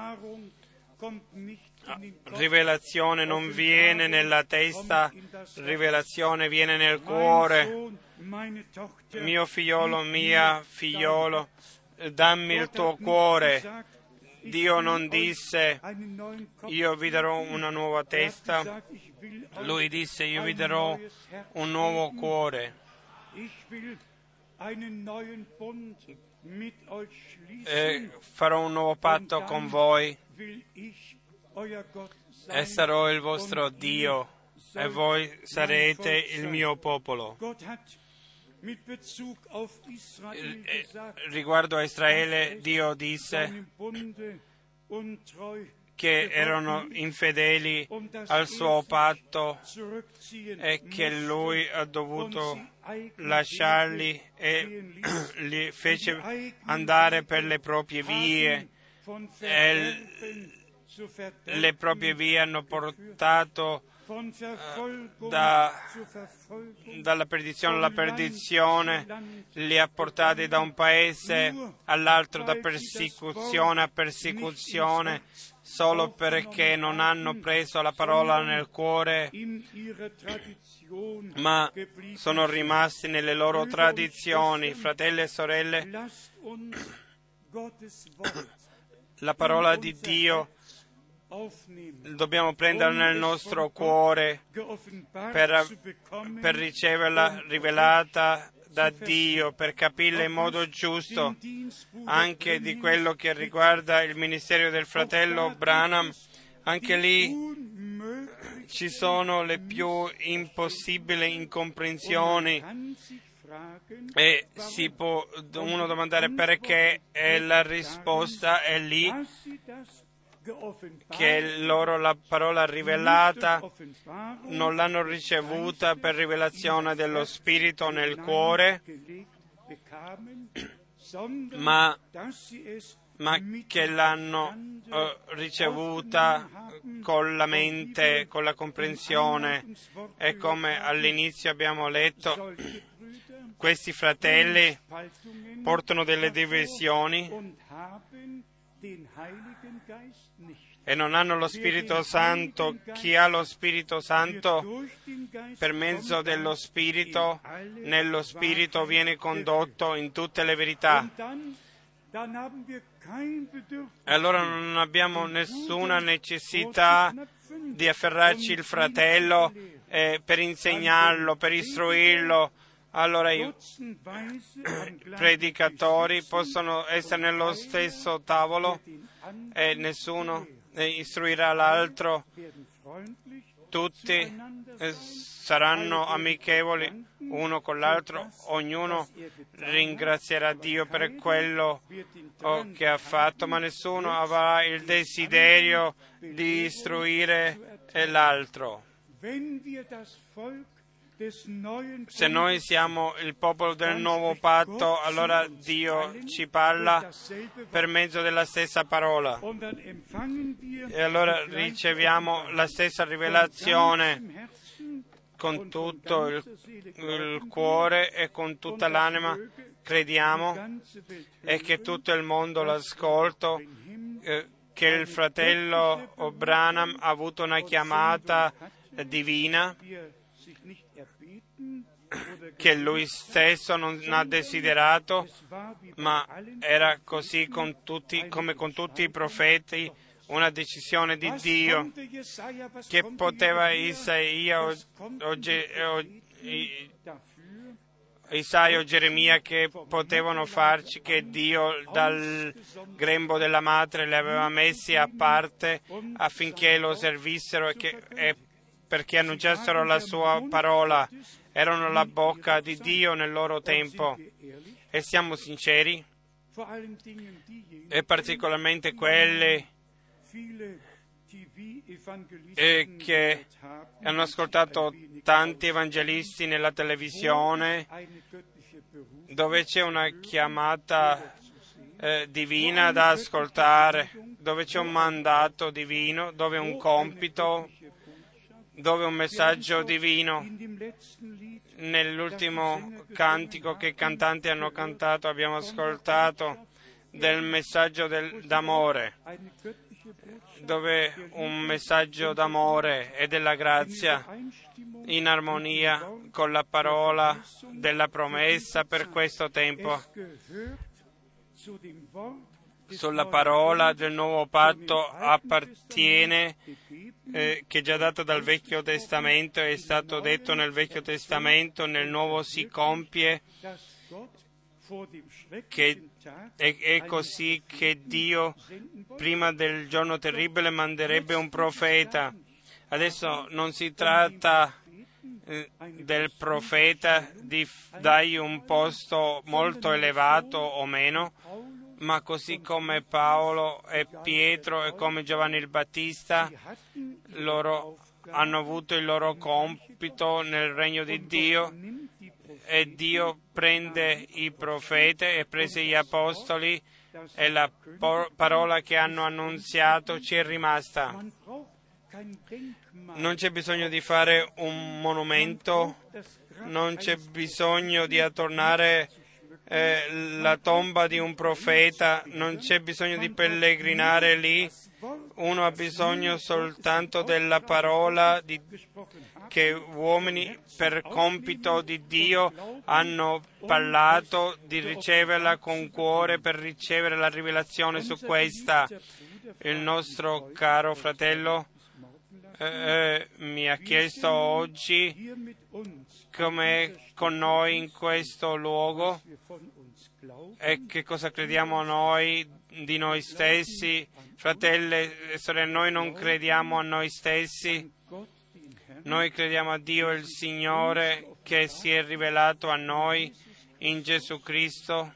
Rivelazione non viene nella testa, rivelazione viene nel cuore. Mio figliolo, mia figliolo, dammi il tuo cuore. Dio non disse io vi darò una nuova testa, Lui disse io vi darò un nuovo cuore. Farò un nuovo patto con voi e sarò il vostro Dio e voi sarete il mio popolo. Riguardo a Israele, Dio disse che erano infedeli al suo patto e che Lui ha dovuto lasciarli e li fece andare per le proprie vie e le proprie vie hanno portato dalla perdizione alla perdizione, li ha portati da un paese all'altro, da persecuzione a persecuzione, solo perché non hanno preso la parola nel cuore, ma sono rimasti nelle loro tradizioni. Fratelli e sorelle, la parola di Dio dobbiamo prenderla nel nostro cuore per riceverla rivelata da Dio, per capirla in modo giusto, anche di quello che riguarda il ministero del fratello Branham. Anche lì ci sono le più impossibili incomprensioni e si può uno domandare perché, e la risposta è lì, che loro la parola rivelata non l'hanno ricevuta per rivelazione dello Spirito nel cuore, ma che l'hanno ricevuta con la mente, con la comprensione. E come all'inizio abbiamo letto, questi fratelli portano delle divisioni e non hanno lo Spirito Santo. Chi ha lo Spirito Santo, per mezzo dello Spirito, nello Spirito viene condotto in tutte le verità. E allora non abbiamo nessuna necessità di afferrarci il fratello per insegnarlo, per istruirlo. Allora i predicatori possono essere nello stesso tavolo e nessuno istruirà l'altro, tutti saranno amichevoli uno con l'altro, ognuno ringrazierà Dio per quello che ha fatto, ma nessuno avrà il desiderio di istruire l'altro. Se noi siamo il popolo del nuovo patto, allora Dio ci parla per mezzo della stessa parola e allora riceviamo la stessa rivelazione con tutto il cuore e con tutta l'anima. Crediamo e che tutto il mondo l'ascolta, che il fratello Branham ha avuto una chiamata divina che lui stesso non ha desiderato, ma era così come con tutti i profeti, una decisione di Dio. Che poteva Isaia o Geremia che potevano farci, che Dio dal grembo della madre li aveva messi a parte affinché lo servissero e perché annunciassero la sua parola. Erano la bocca di Dio nel loro tempo. E siamo sinceri, e particolarmente quelli che hanno ascoltato tanti evangelisti nella televisione, dove c'è una chiamata divina da ascoltare, dove c'è un mandato divino, dove un compito, dove un messaggio divino. Nell'ultimo cantico che i cantanti hanno cantato abbiamo ascoltato del messaggio d'amore, dove un messaggio d'amore e della grazia in armonia con la parola della promessa per questo tempo. Sulla parola del nuovo patto appartiene, che è già data dal Vecchio Testamento, è stato detto nel Vecchio Testamento, nel Nuovo si compie, che è così che Dio prima del giorno terribile manderebbe un profeta. Adesso non si tratta del profeta di dargli un posto molto elevato o meno, ma così come Paolo e Pietro e come Giovanni il Battista, loro hanno avuto il loro compito nel regno di Dio, e Dio prende i profeti e prese gli apostoli, e la parola che hanno annunziato ci è rimasta. Non c'è bisogno di fare un monumento, non c'è bisogno di adornare la tomba di un profeta, non c'è bisogno di pellegrinare lì. Uno ha bisogno soltanto della parola che uomini per compito di Dio hanno parlato, di riceverla con cuore per ricevere la rivelazione su questa. Il nostro caro fratello mi ha chiesto oggi come con noi in questo luogo e che cosa crediamo noi di noi stessi. Fratelli e sorelle, noi non crediamo a noi stessi, noi crediamo a Dio il Signore che si è rivelato a noi in Gesù Cristo,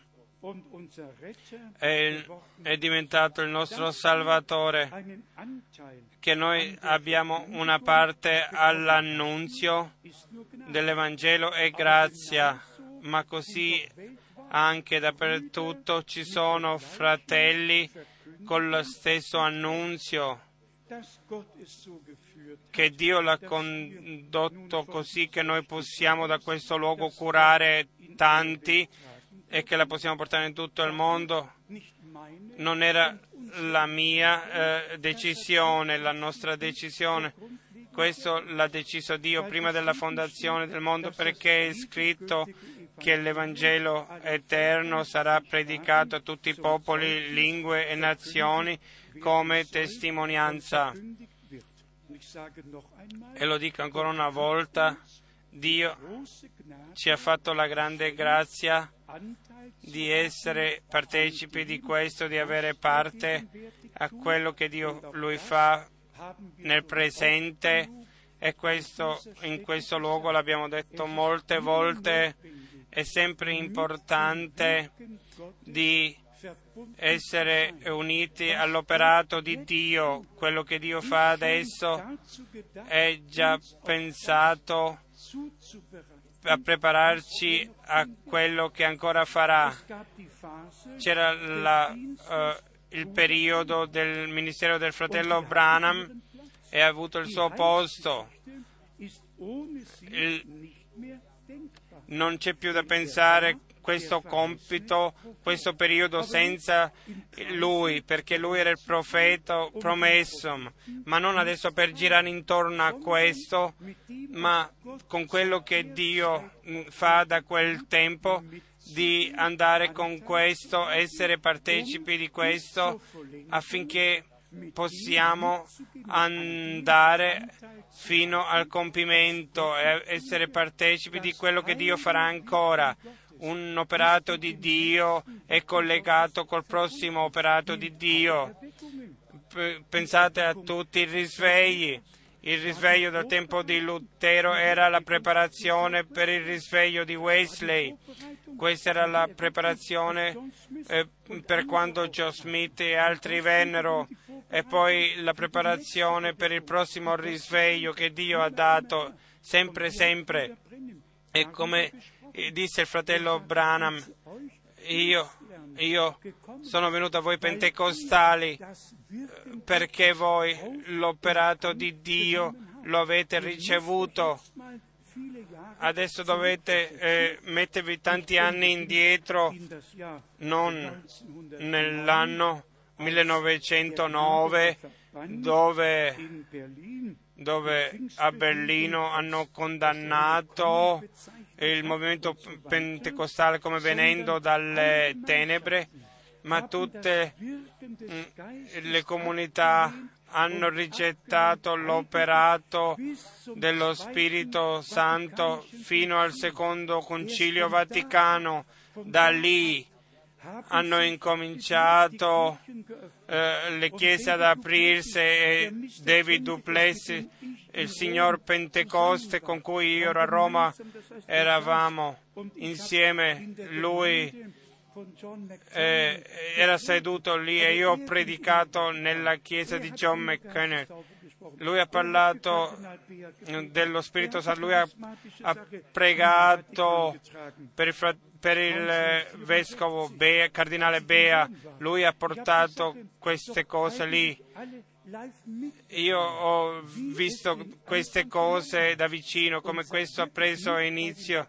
è diventato il nostro Salvatore, che noi abbiamo una parte all'annunzio dell'Evangelo e grazia, ma così anche dappertutto ci sono fratelli con lo stesso annunzio, che Dio l'ha condotto così che noi possiamo da questo luogo curare tanti e che la possiamo portare in tutto il mondo. Non era la mia decisione, la nostra decisione. Questo l'ha deciso Dio prima della fondazione del mondo, perché è scritto che l'Evangelo eterno sarà predicato a tutti i popoli, lingue e nazioni come testimonianza. E lo dico ancora una volta, Dio ci ha fatto la grande grazia di essere partecipi di questo, di avere parte a quello che Dio Lui fa nel presente, e questo in questo luogo l'abbiamo detto molte volte. È sempre importante di essere uniti all'operato di Dio. Quello che Dio fa adesso è già pensato a prepararci a quello che ancora farà. C'era il periodo del ministero del fratello Branham e ha avuto il suo posto. Non c'è più da pensare questo compito, questo periodo senza lui, perché lui era il profeta promesso, ma non adesso per girare intorno a questo, ma con quello che Dio fa da quel tempo, di andare con questo, essere partecipi di questo, affinché possiamo andare fino al compimento e essere partecipi di quello che Dio farà ancora. Un operato di Dio è collegato col prossimo operato di Dio. Pensate a tutti i risvegli. Il risveglio del tempo di Lutero era la preparazione per il risveglio di Wesley. Questa era la preparazione per quando Joe Smith e altri vennero, e poi la preparazione per il prossimo risveglio che Dio ha dato sempre. E come disse il fratello Branham, io sono venuto a voi pentecostali perché voi l'operato di Dio lo avete ricevuto. Adesso dovete mettervi tanti anni indietro, non nell'anno 1909, dove a Berlino hanno condannato il movimento pentecostale come venendo dalle tenebre, ma tutte le comunità hanno rigettato l'operato dello Spirito Santo fino al Secondo Concilio Vaticano. Da lì hanno incominciato le chiese ad aprirsi, e David Duplessis, il signor Pentecoste con cui io ero a Roma, eravamo insieme, lui era seduto lì e io ho predicato nella chiesa di John McKenna. Lui ha parlato dello Spirito Santo, lui ha pregato per il vescovo Bea, cardinale Bea, lui ha portato queste cose lì. Io ho visto queste cose da vicino, come questo ha preso inizio.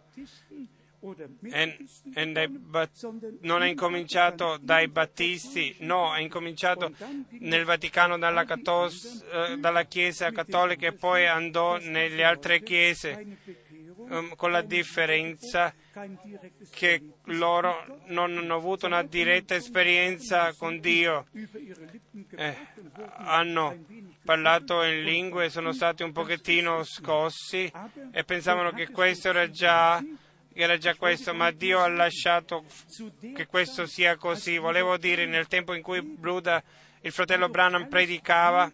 Non è incominciato dai battisti, no, è incominciato nel Vaticano dalla Chiesa Cattolica e poi andò nelle altre chiese, con la differenza che loro non hanno avuto una diretta esperienza con Dio. Hanno parlato in lingue, sono stati un pochettino scossi e pensavano che questo era già questo, ma Dio ha lasciato che questo sia così. Volevo dire, nel tempo in cui il fratello Branham predicava,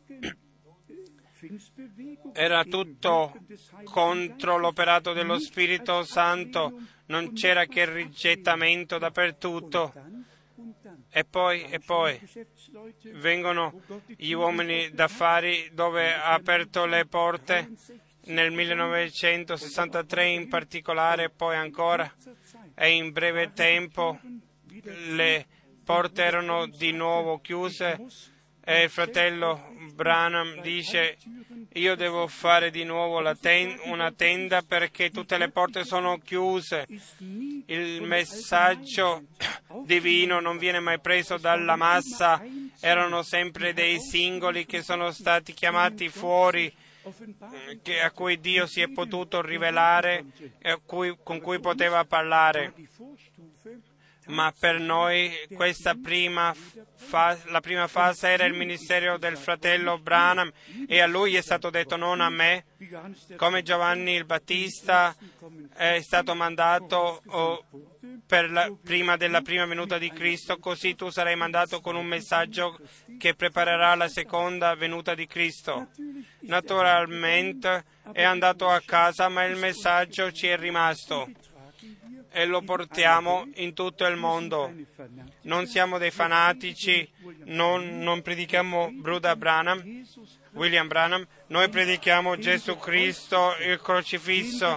era tutto contro l'operato dello Spirito Santo, non c'era che rigettamento dappertutto. E poi vengono gli uomini d'affari, dove ha aperto le porte nel 1963 in particolare, poi ancora, e in breve tempo le porte erano di nuovo chiuse e il fratello Branham dice: io devo fare di nuovo una tenda perché tutte le porte sono chiuse. Il messaggio divino non viene mai preso dalla massa, erano sempre dei singoli che sono stati chiamati fuori, a cui Dio si è potuto rivelare e con cui poteva parlare. Ma per noi la prima fase era il ministero del fratello Branham, e a lui è stato detto, non a me, come Giovanni il Battista è stato mandato prima della prima venuta di Cristo, così tu sarai mandato con un messaggio che preparerà la seconda venuta di Cristo. Naturalmente è andato a casa, ma il messaggio ci è rimasto e lo portiamo in tutto il mondo. Non siamo dei fanatici, non predichiamo William Branham, noi predichiamo Gesù Cristo, il crocifisso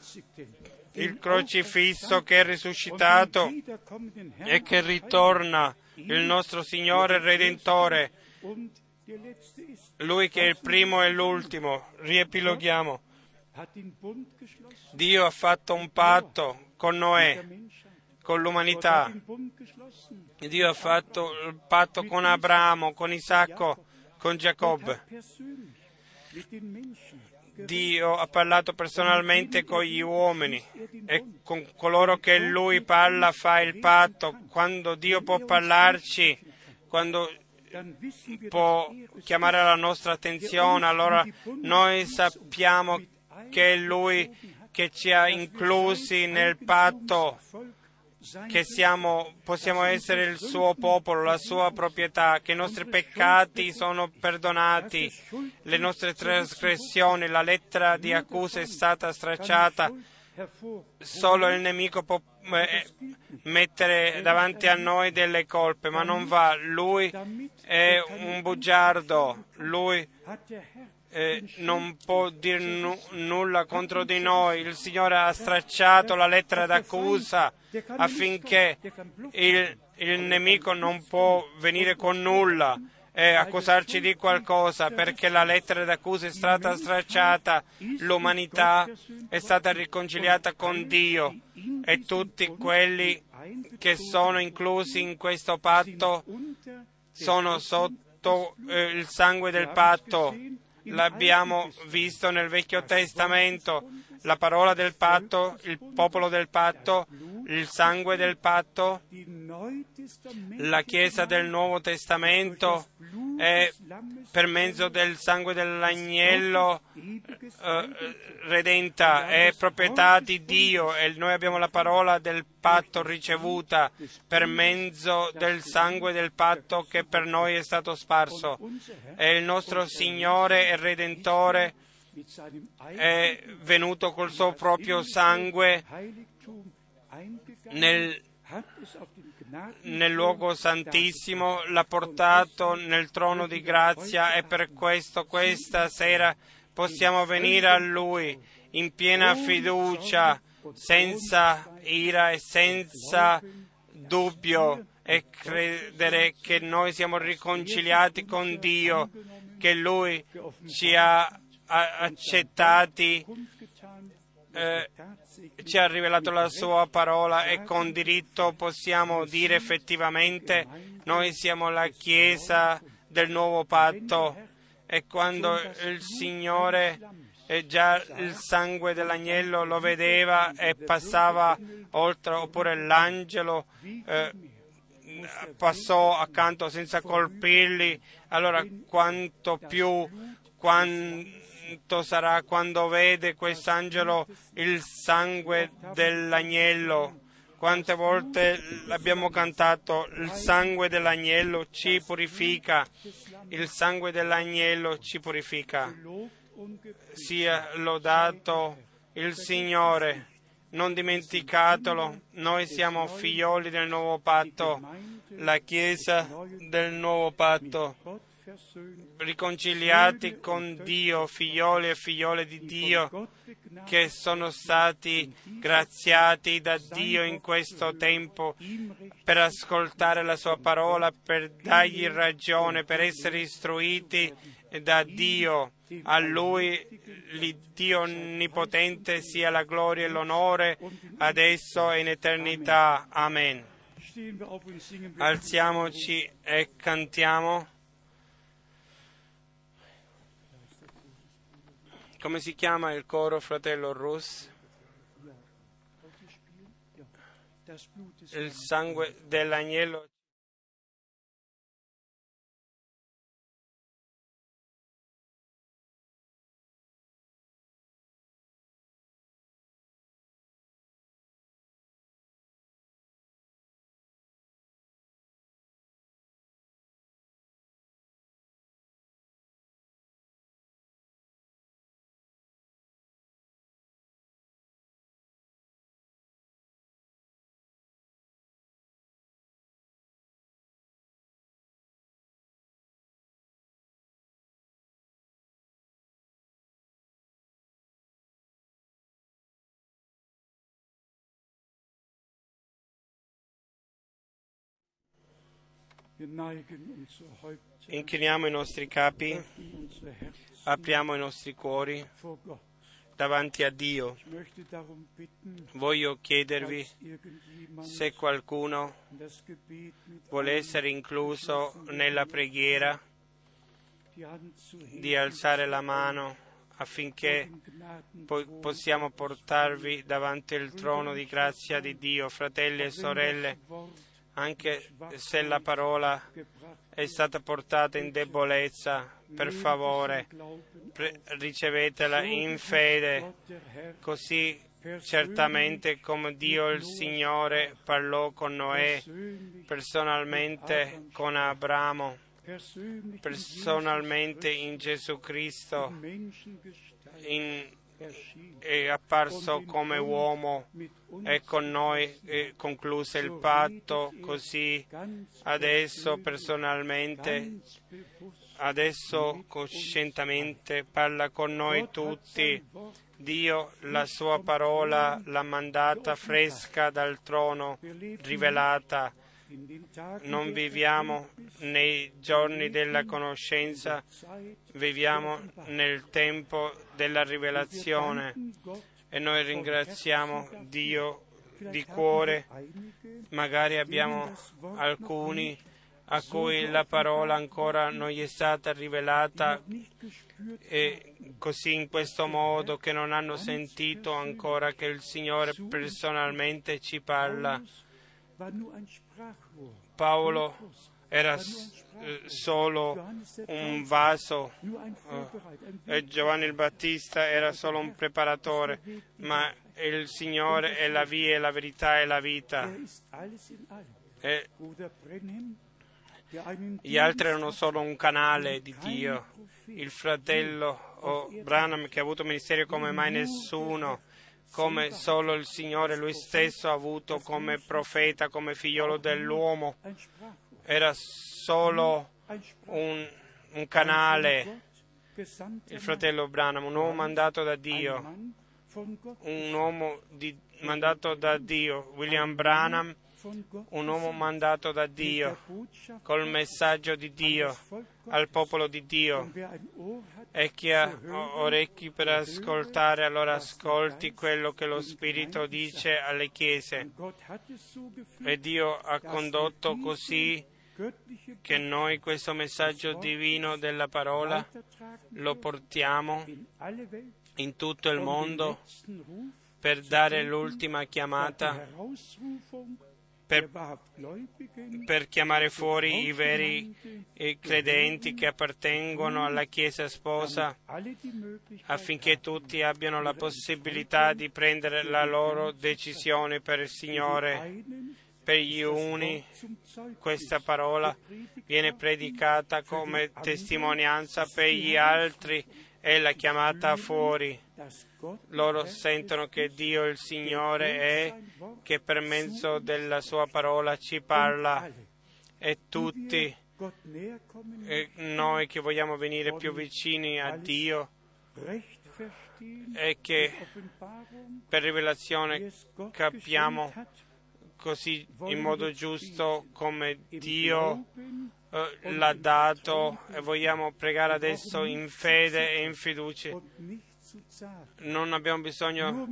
che è risuscitato e che ritorna, il nostro Signore e Redentore, Lui che è il primo e l'ultimo. Riepiloghiamo. Dio ha fatto un patto con Noè, con l'umanità. Dio ha fatto il patto con Abramo, con Isacco, con Giacobbe. Dio ha parlato personalmente con gli uomini e con coloro che Lui parla fa il patto. Quando Dio può parlarci, quando può chiamare la nostra attenzione, allora noi sappiamo che è Lui che ci ha inclusi nel patto, che possiamo essere il suo popolo, la sua proprietà, che i nostri peccati sono perdonati, le nostre trasgressioni, la lettera di accusa è stata stracciata. Solo il nemico può mettere davanti a noi delle colpe, ma non va. Lui è un bugiardo, lui non può dire nulla contro di noi. Il Signore ha stracciato la lettera d'accusa affinché il nemico non può venire con nulla e accusarci di qualcosa, perché la lettera d'accusa è stata stracciata, l'umanità è stata riconciliata con Dio e tutti quelli che sono inclusi in questo patto sono sotto il sangue del patto. L'abbiamo visto nel Vecchio Testamento, la parola del patto, il popolo del patto, il sangue del patto, la Chiesa del Nuovo Testamento è per mezzo del sangue dell'agnello redenta, è proprietà di Dio e noi abbiamo la parola del patto ricevuta per mezzo del sangue del patto che per noi è stato sparso. E il nostro Signore e Redentore è venuto col suo proprio sangue nel luogo santissimo, l'ha portato nel trono di grazia e per questo questa sera possiamo venire a Lui in piena fiducia, senza ira e senza dubbio e credere che noi siamo riconciliati con Dio, che Lui ci ha accettati, ci ha rivelato la sua parola e con diritto possiamo dire effettivamente noi siamo la Chiesa del nuovo patto e quando il Signore già il sangue dell'agnello lo vedeva e passava oltre, oppure l'angelo passò accanto senza colpirli, allora quanto più quanto sarà quando vede quest'angelo il sangue dell'agnello. Quante volte abbiamo cantato, il sangue dell'agnello ci purifica, il sangue dell'agnello ci purifica. Sia lodato il Signore, non dimenticatelo, noi siamo figlioli del nuovo patto, la Chiesa del nuovo patto, riconciliati con Dio, figlioli e figliole di Dio, che sono stati graziati da Dio in questo tempo per ascoltare la sua parola, per dargli ragione, per essere istruiti da Dio. A Lui, l'Iddio Onnipotente, sia la gloria e l'onore, adesso e in eternità. Amen. Alziamoci e cantiamo. Come si chiama il coro, fratello Rus? Il sangue dell'agnello. Inchiniamo i nostri capi, apriamo i nostri cuori davanti a Dio. Voglio chiedervi se qualcuno vuole essere incluso nella preghiera di alzare la mano affinché possiamo portarvi davanti al trono di grazia di Dio. Fratelli e sorelle, anche se la parola è stata portata in debolezza, per favore, ricevetela in fede, così certamente come Dio il Signore parlò con Noè, personalmente con Abramo, personalmente in Gesù Cristo, è apparso come uomo e con noi concluse il patto, così adesso personalmente, adesso coscientemente parla con noi tutti. Dio la sua parola l'ha mandata fresca dal trono, rivelata. Non viviamo nei giorni della conoscenza, viviamo nel tempo della rivelazione e noi ringraziamo Dio di cuore. Magari abbiamo alcuni a cui la parola ancora non gli è stata rivelata e così in questo modo che non hanno sentito ancora che il Signore personalmente ci parla. Paolo era solo un vaso e Giovanni il Battista era solo un preparatore, ma il Signore è la via, la verità e la vita. E gli altri erano solo un canale di Dio. Il fratello Branham, che ha avuto ministero come mai nessuno, come solo il Signore lui stesso ha avuto come profeta, come figliolo dell'uomo, era solo un canale. Il fratello Branham, un uomo mandato da Dio, un uomo mandato da Dio. William Branham, un uomo mandato da Dio, col messaggio di Dio al popolo di Dio. E chi ha orecchi per ascoltare, allora ascolti quello che lo Spirito dice alle chiese. E Dio ha condotto così che noi questo messaggio divino della parola lo portiamo in tutto il mondo per dare l'ultima chiamata, per chiamare fuori i veri credenti che appartengono alla Chiesa sposa, affinché tutti abbiano la possibilità di prendere la loro decisione per il Signore. Per gli uni questa parola viene predicata come testimonianza, per gli altri è la chiamata fuori. Loro sentono che Dio il Signore è, che per mezzo della sua parola ci parla, e tutti noi che vogliamo venire più vicini a Dio e che per rivelazione capiamo così in modo giusto come Dio l'ha dato, e vogliamo pregare adesso in fede e in fiducia. Non abbiamo bisogno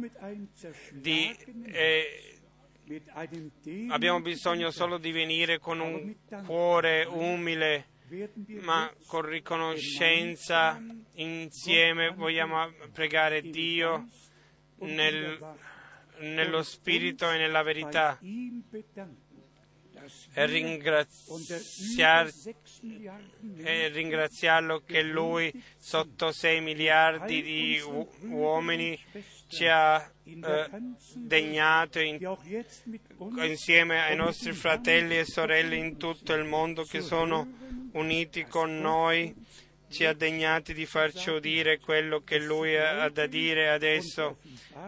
abbiamo bisogno solo di venire con un cuore umile, ma con riconoscenza insieme vogliamo pregare Dio nello spirito e nella verità e ringraziarlo che Lui sotto 6 miliardi di uomini ci ha degnato insieme ai nostri fratelli e sorelle in tutto il mondo che sono uniti con noi, ci ha degnati di farci udire quello che Lui ha da dire adesso,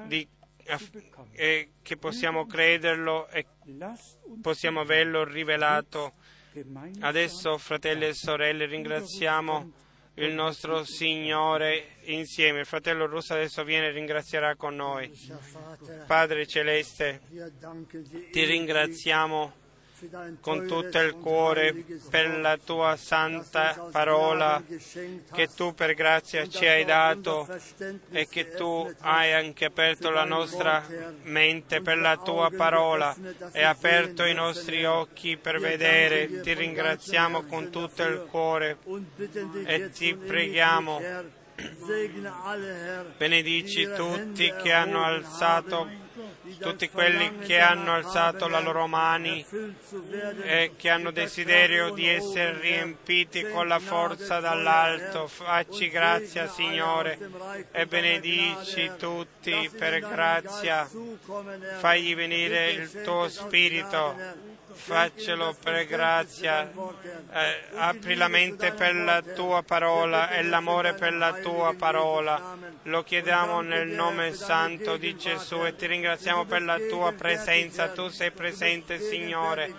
e che possiamo crederlo e possiamo averlo rivelato. Adesso, fratelli e sorelle, ringraziamo il nostro Signore insieme. Il fratello Russo adesso viene e ringrazierà con noi. Padre Celeste, ti ringraziamo con tutto il cuore per la tua santa parola che tu per grazia ci hai dato e che tu hai anche aperto la nostra mente per la tua parola e aperto i nostri occhi per vedere. Ti ringraziamo con tutto il cuore e ti preghiamo, benedici tutti che hanno alzato tutti quelli che hanno alzato le loro mani e che hanno desiderio di essere riempiti con la forza dall'alto. Facci grazia, Signore, e benedici tutti per grazia. Fagli venire il tuo Spirito. Faccelo per grazia, apri la mente per la tua parola e l'amore per la tua parola. Lo chiediamo nel nome santo di Gesù e ti ringraziamo per la tua presenza. Tu sei presente, Signore.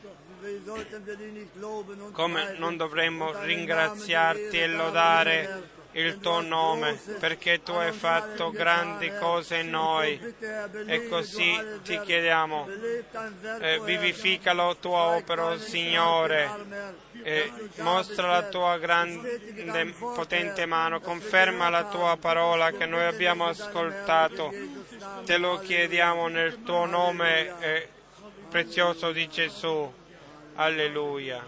Come non dovremmo ringraziarti e lodare il tuo nome, perché tu hai fatto grandi cose in noi, e così ti chiediamo, vivifica la tua opera, Signore, mostra la tua grande, potente mano, conferma la tua parola che noi abbiamo ascoltato, te lo chiediamo nel tuo nome prezioso di Gesù. Alleluia.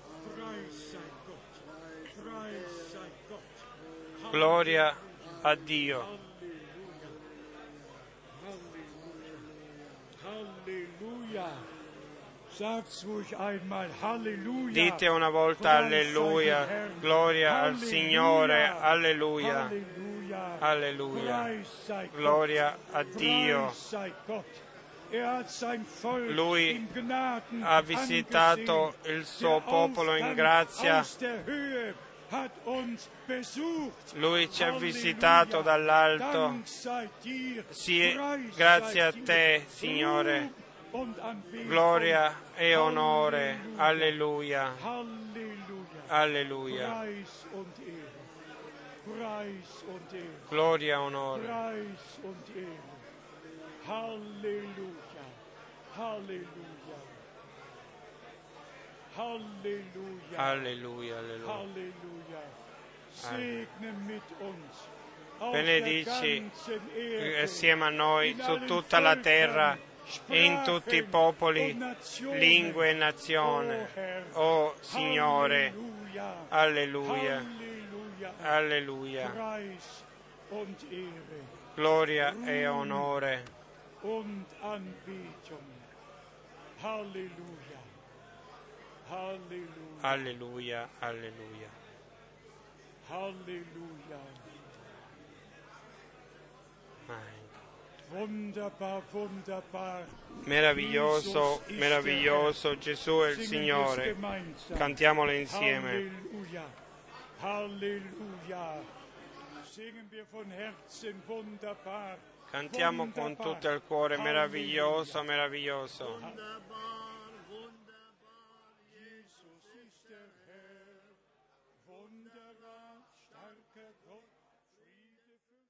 Gloria a Dio. Dite una volta alleluia, gloria al Signore, alleluia, alleluia, gloria a Dio. Lui ha visitato il suo popolo in grazia. Lui ci ha visitato dall'alto. Sì, grazie a te, Signore. Gloria e onore. Alleluia. Alleluia. Gloria e onore. Halleluja, Halleluja, Halleluja, Alleluia, alleluia. Halleluja. Segne mit uns. Benedici assieme a noi su tutta la terra, in tutti i popoli, lingue e nazioni. Oh Signore, alleluia, alleluia. Gloria e onore. Und Anbetung. Halleluja. Halleluja. Alleluia, alleluia. Halleluja. Amen. Wunderbar, wunderbar. Meraviglioso, meraviglioso, Gesù è il Signore. Cantiamolo insieme. Halleluja. Halleluja. Singen wir von Herzen wunderbar. Cantiamo con tutto il cuore, meraviglioso, meraviglioso. Wunderbar, wunderbar, Jesus ist der Herr. Wunderbar, starker Gott, Friede für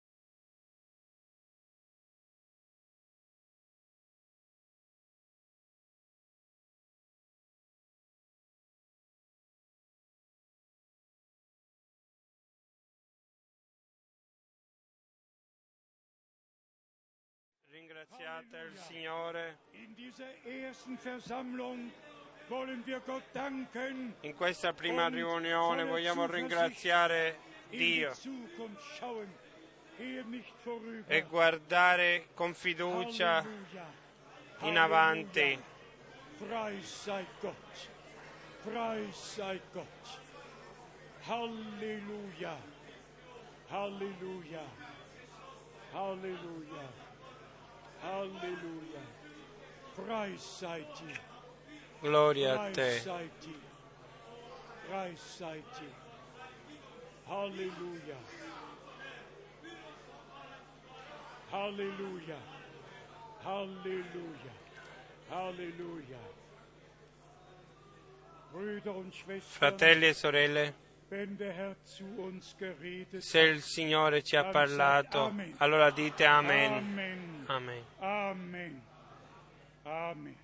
Ringraziate il Signore. In dieser ersten Versammlung wollen wir Gott danken. In questa prima riunione vogliamo ringraziare Dio e guardare con fiducia in avanti. Preis sei Gott. Preis sei Gott. Halleluja. Halleluja. Halleluja. Halleluja. Preis sei dir. Gloria a Preis te. sei dir. Preis sei dir. Halleluja. Halleluja. Halleluja. Halleluja. Brüder und Schwestern, Fratelli e sorelle, wenn der Herr zu uns geredet se il Signore ci ha parlato, allora dite Amen. Amen. Amen. Amen. Amen.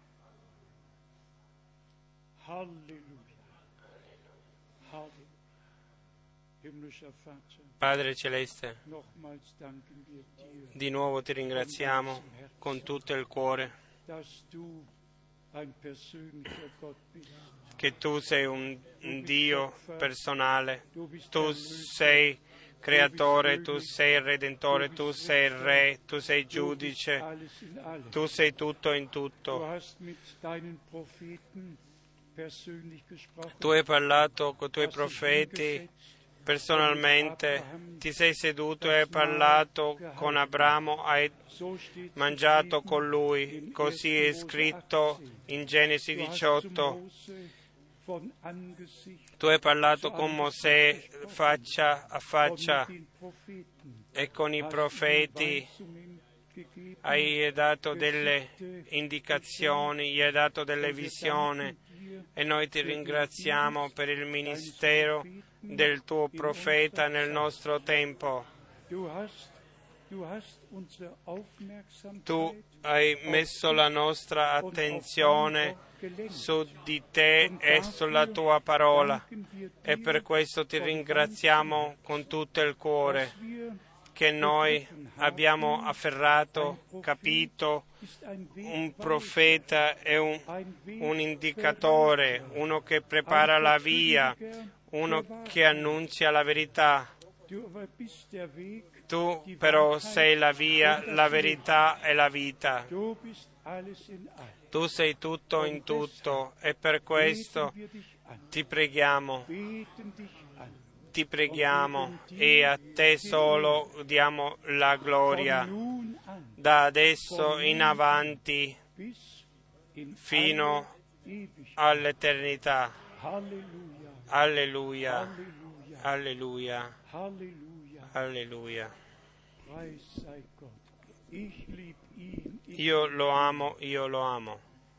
Halleluja. Halleluja. Himmlischer Vater, Padre Celeste, nochmals danken wir dir, di nuovo ti ringraziamo con tutto il cuore dass du ein persönlicher Gott bist. che tu sei un Dio personale, tu sei creatore, tu sei il redentore, tu sei il re, tu sei giudice, tu sei tutto in tutto. Tu hai parlato con i tuoi profeti personalmente, ti sei seduto e hai parlato con Abramo, hai mangiato con lui, così è scritto in Genesi 18. Tu hai parlato con Mosè faccia a faccia e con i profeti hai dato delle indicazioni, gli hai dato delle visioni e noi ti ringraziamo per il ministero del tuo profeta nel nostro tempo. Tu hai messo la nostra attenzione su di te e sulla tua parola e per questo ti ringraziamo con tutto il cuore che noi abbiamo afferrato, capito, un profeta è un indicatore, uno che prepara la via, uno che annuncia la verità. Tu però sei la via, la verità e la vita. Tu sei tutto in tutto e per questo ti preghiamo e a te solo diamo la gloria da adesso in avanti fino all'eternità. Alleluia, alleluia, alleluia. Io lo amo, io lo amo.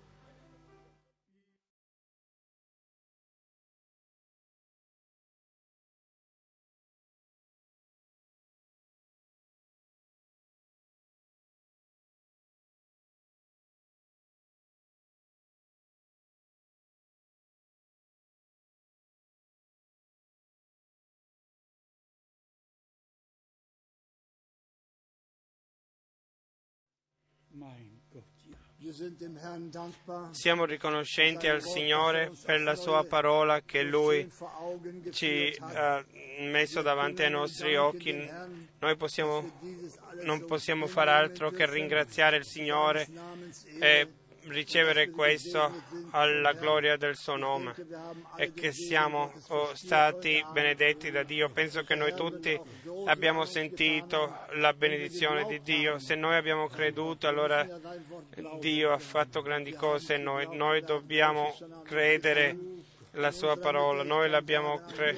Siamo riconoscenti al Signore per la sua parola che Lui ci ha messo davanti ai nostri occhi. Noi non possiamo fare altro che ringraziare il Signore e ricevere questo alla gloria del suo nome e che siamo stati benedetti da Dio. Penso che noi tutti abbiamo sentito la benedizione di Dio. Se noi abbiamo creduto, allora Dio ha fatto grandi cose in noi. Noi dobbiamo credere la sua parola, noi l'abbiamo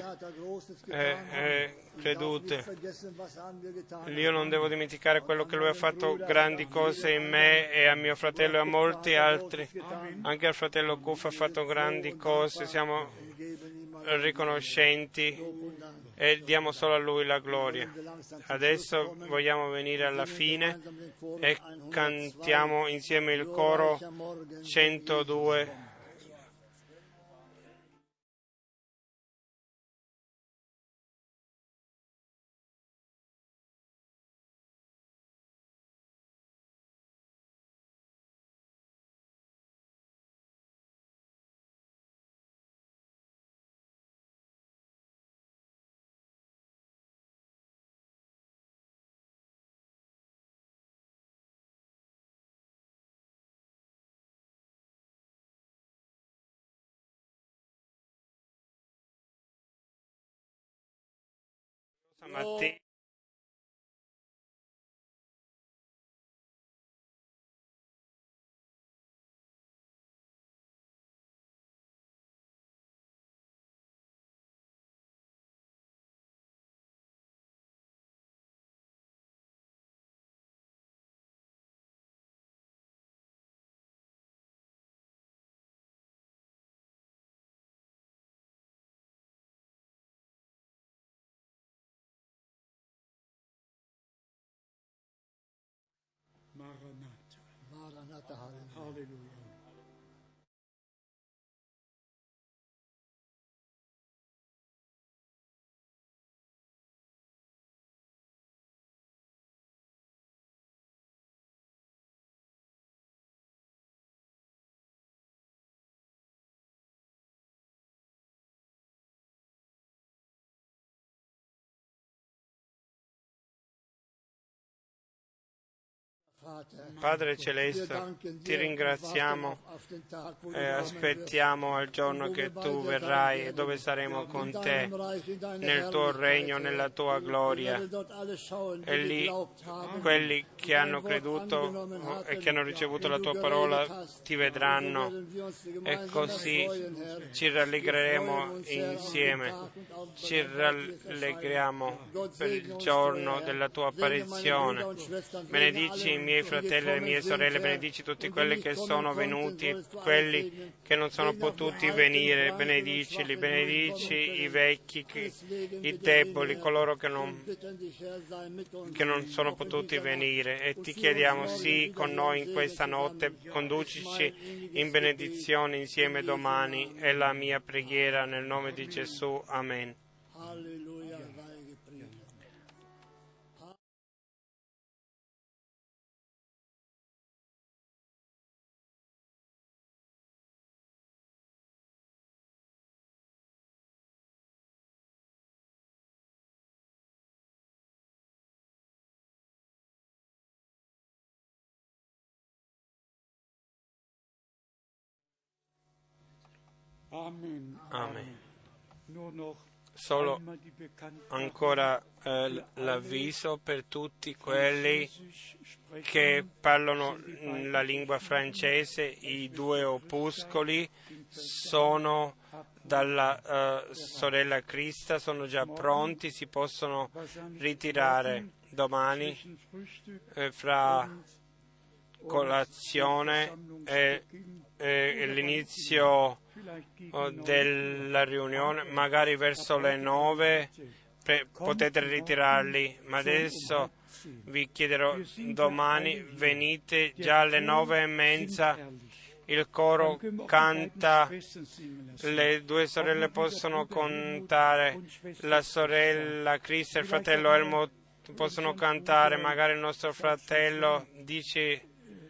credute. Io non devo dimenticare quello che lui ha fatto grandi cose in me e a mio fratello e a molti altri. Anche al fratello Cuff ha fatto grandi cose, siamo riconoscenti e diamo solo a lui la gloria. Adesso vogliamo venire alla fine e cantiamo insieme il coro 102. Mattina. Maranatha, Halleluja. Padre Celeste, ti ringraziamo e aspettiamo al giorno che tu verrai e dove saremo con te, nel tuo regno, nella tua gloria. E lì quelli che hanno creduto e che hanno ricevuto la tua parola ti vedranno, e così ci rallegreremo insieme. Ci rallegriamo per il giorno della tua apparizione. Benedici i miei fratelli e le mie sorelle, benedici tutti quelli che sono venuti e quelli che non sono potuti venire, benedicili, benedici i vecchi, i deboli, coloro che non sono potuti venire, e ti chiediamo, sii con noi in questa notte, conducici in benedizione insieme domani, è la mia preghiera nel nome di Gesù, amen. Halleluja, sei gepriesen. Amen. Amen. Nur noch Solo einmal die Bekanntheit. ancora l'avviso per tutti quelli che parlano la lingua francese. I 2 opuscoli sono dalla sorella Crista, sono già pronti, si possono ritirare domani fra colazione e l'inizio della riunione, magari verso le 9 potete ritirarli, ma adesso vi chiederò, domani venite già alle 9:30, il coro canta, le 2 sorelle possono cantare, la sorella Crista e il fratello Elmo possono cantare, magari il nostro fratello dice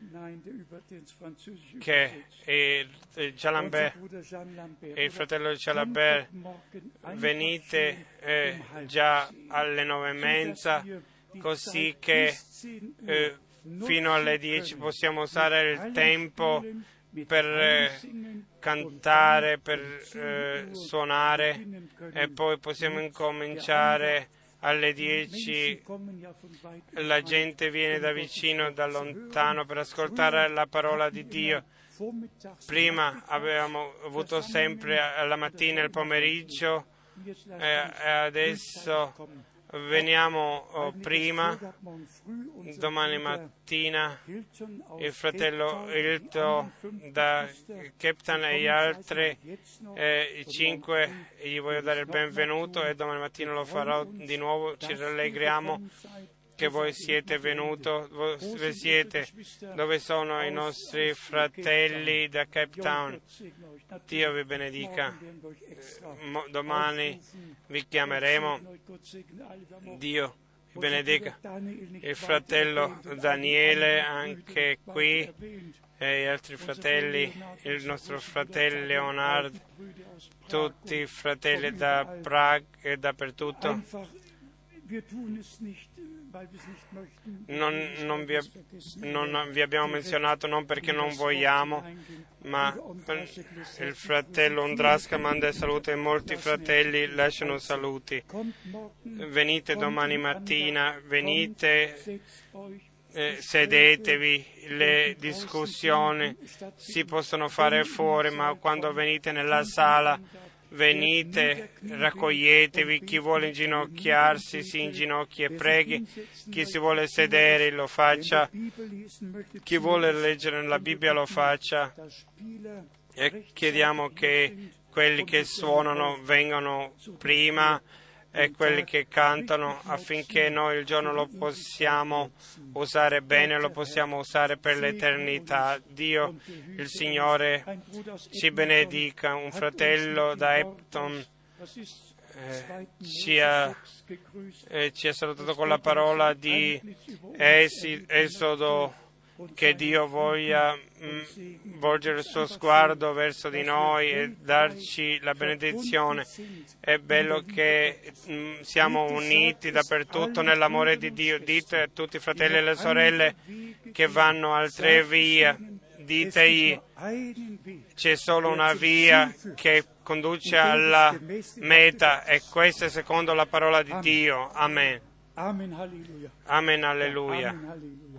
che il fratello Jalambert, venite già alle 9:30, così che fino alle 10 possiamo usare il tempo per cantare, per suonare, e poi possiamo incominciare alle 10. La gente viene da vicino, da lontano per ascoltare la parola di Dio. Prima avevamo avuto sempre alla mattina e al pomeriggio, e adesso veniamo prima. Domani mattina il fratello Hilton da Cape Town e gli altri 5 gli voglio dare il benvenuto, e domani mattina lo farò di nuovo. Ci rallegriamo che voi siete venuti. Dove sono i nostri fratelli da Cape Town? Dio vi benedica. Domani vi chiameremo. Dio vi benedica. Il fratello Daniele anche qui, e gli altri fratelli, il nostro fratello Leonard, tutti i fratelli da Praga e dappertutto. Non vi abbiamo menzionato non perché non vogliamo, ma il fratello Ondraska manda saluti e molti fratelli lasciano saluti. Venite domani mattina, venite, sedetevi, le discussioni si possono fare fuori, ma quando venite nella sala venite, raccoglietevi, chi vuole inginocchiarsi si inginocchi e preghi, chi si vuole sedere lo faccia, chi vuole leggere la Bibbia lo faccia, e chiediamo che quelli che suonano vengano prima e quelli che cantano, affinché noi il giorno lo possiamo usare bene, lo possiamo usare per l'eternità. Dio, il Signore, ci benedica. Un fratello da Epton ci ha salutato con la parola di Esodo, che Dio voglia volgere il suo sguardo verso di noi e darci la benedizione. È bello che siamo uniti dappertutto nell'amore di Dio. Dite a tutti i fratelli e le sorelle che vanno altre vie. Dite, c'è solo una via che conduce alla meta e questa è secondo la parola di Dio. Amen. Amen, Halleluja. Amen, alleluia. Amen, Halleluja.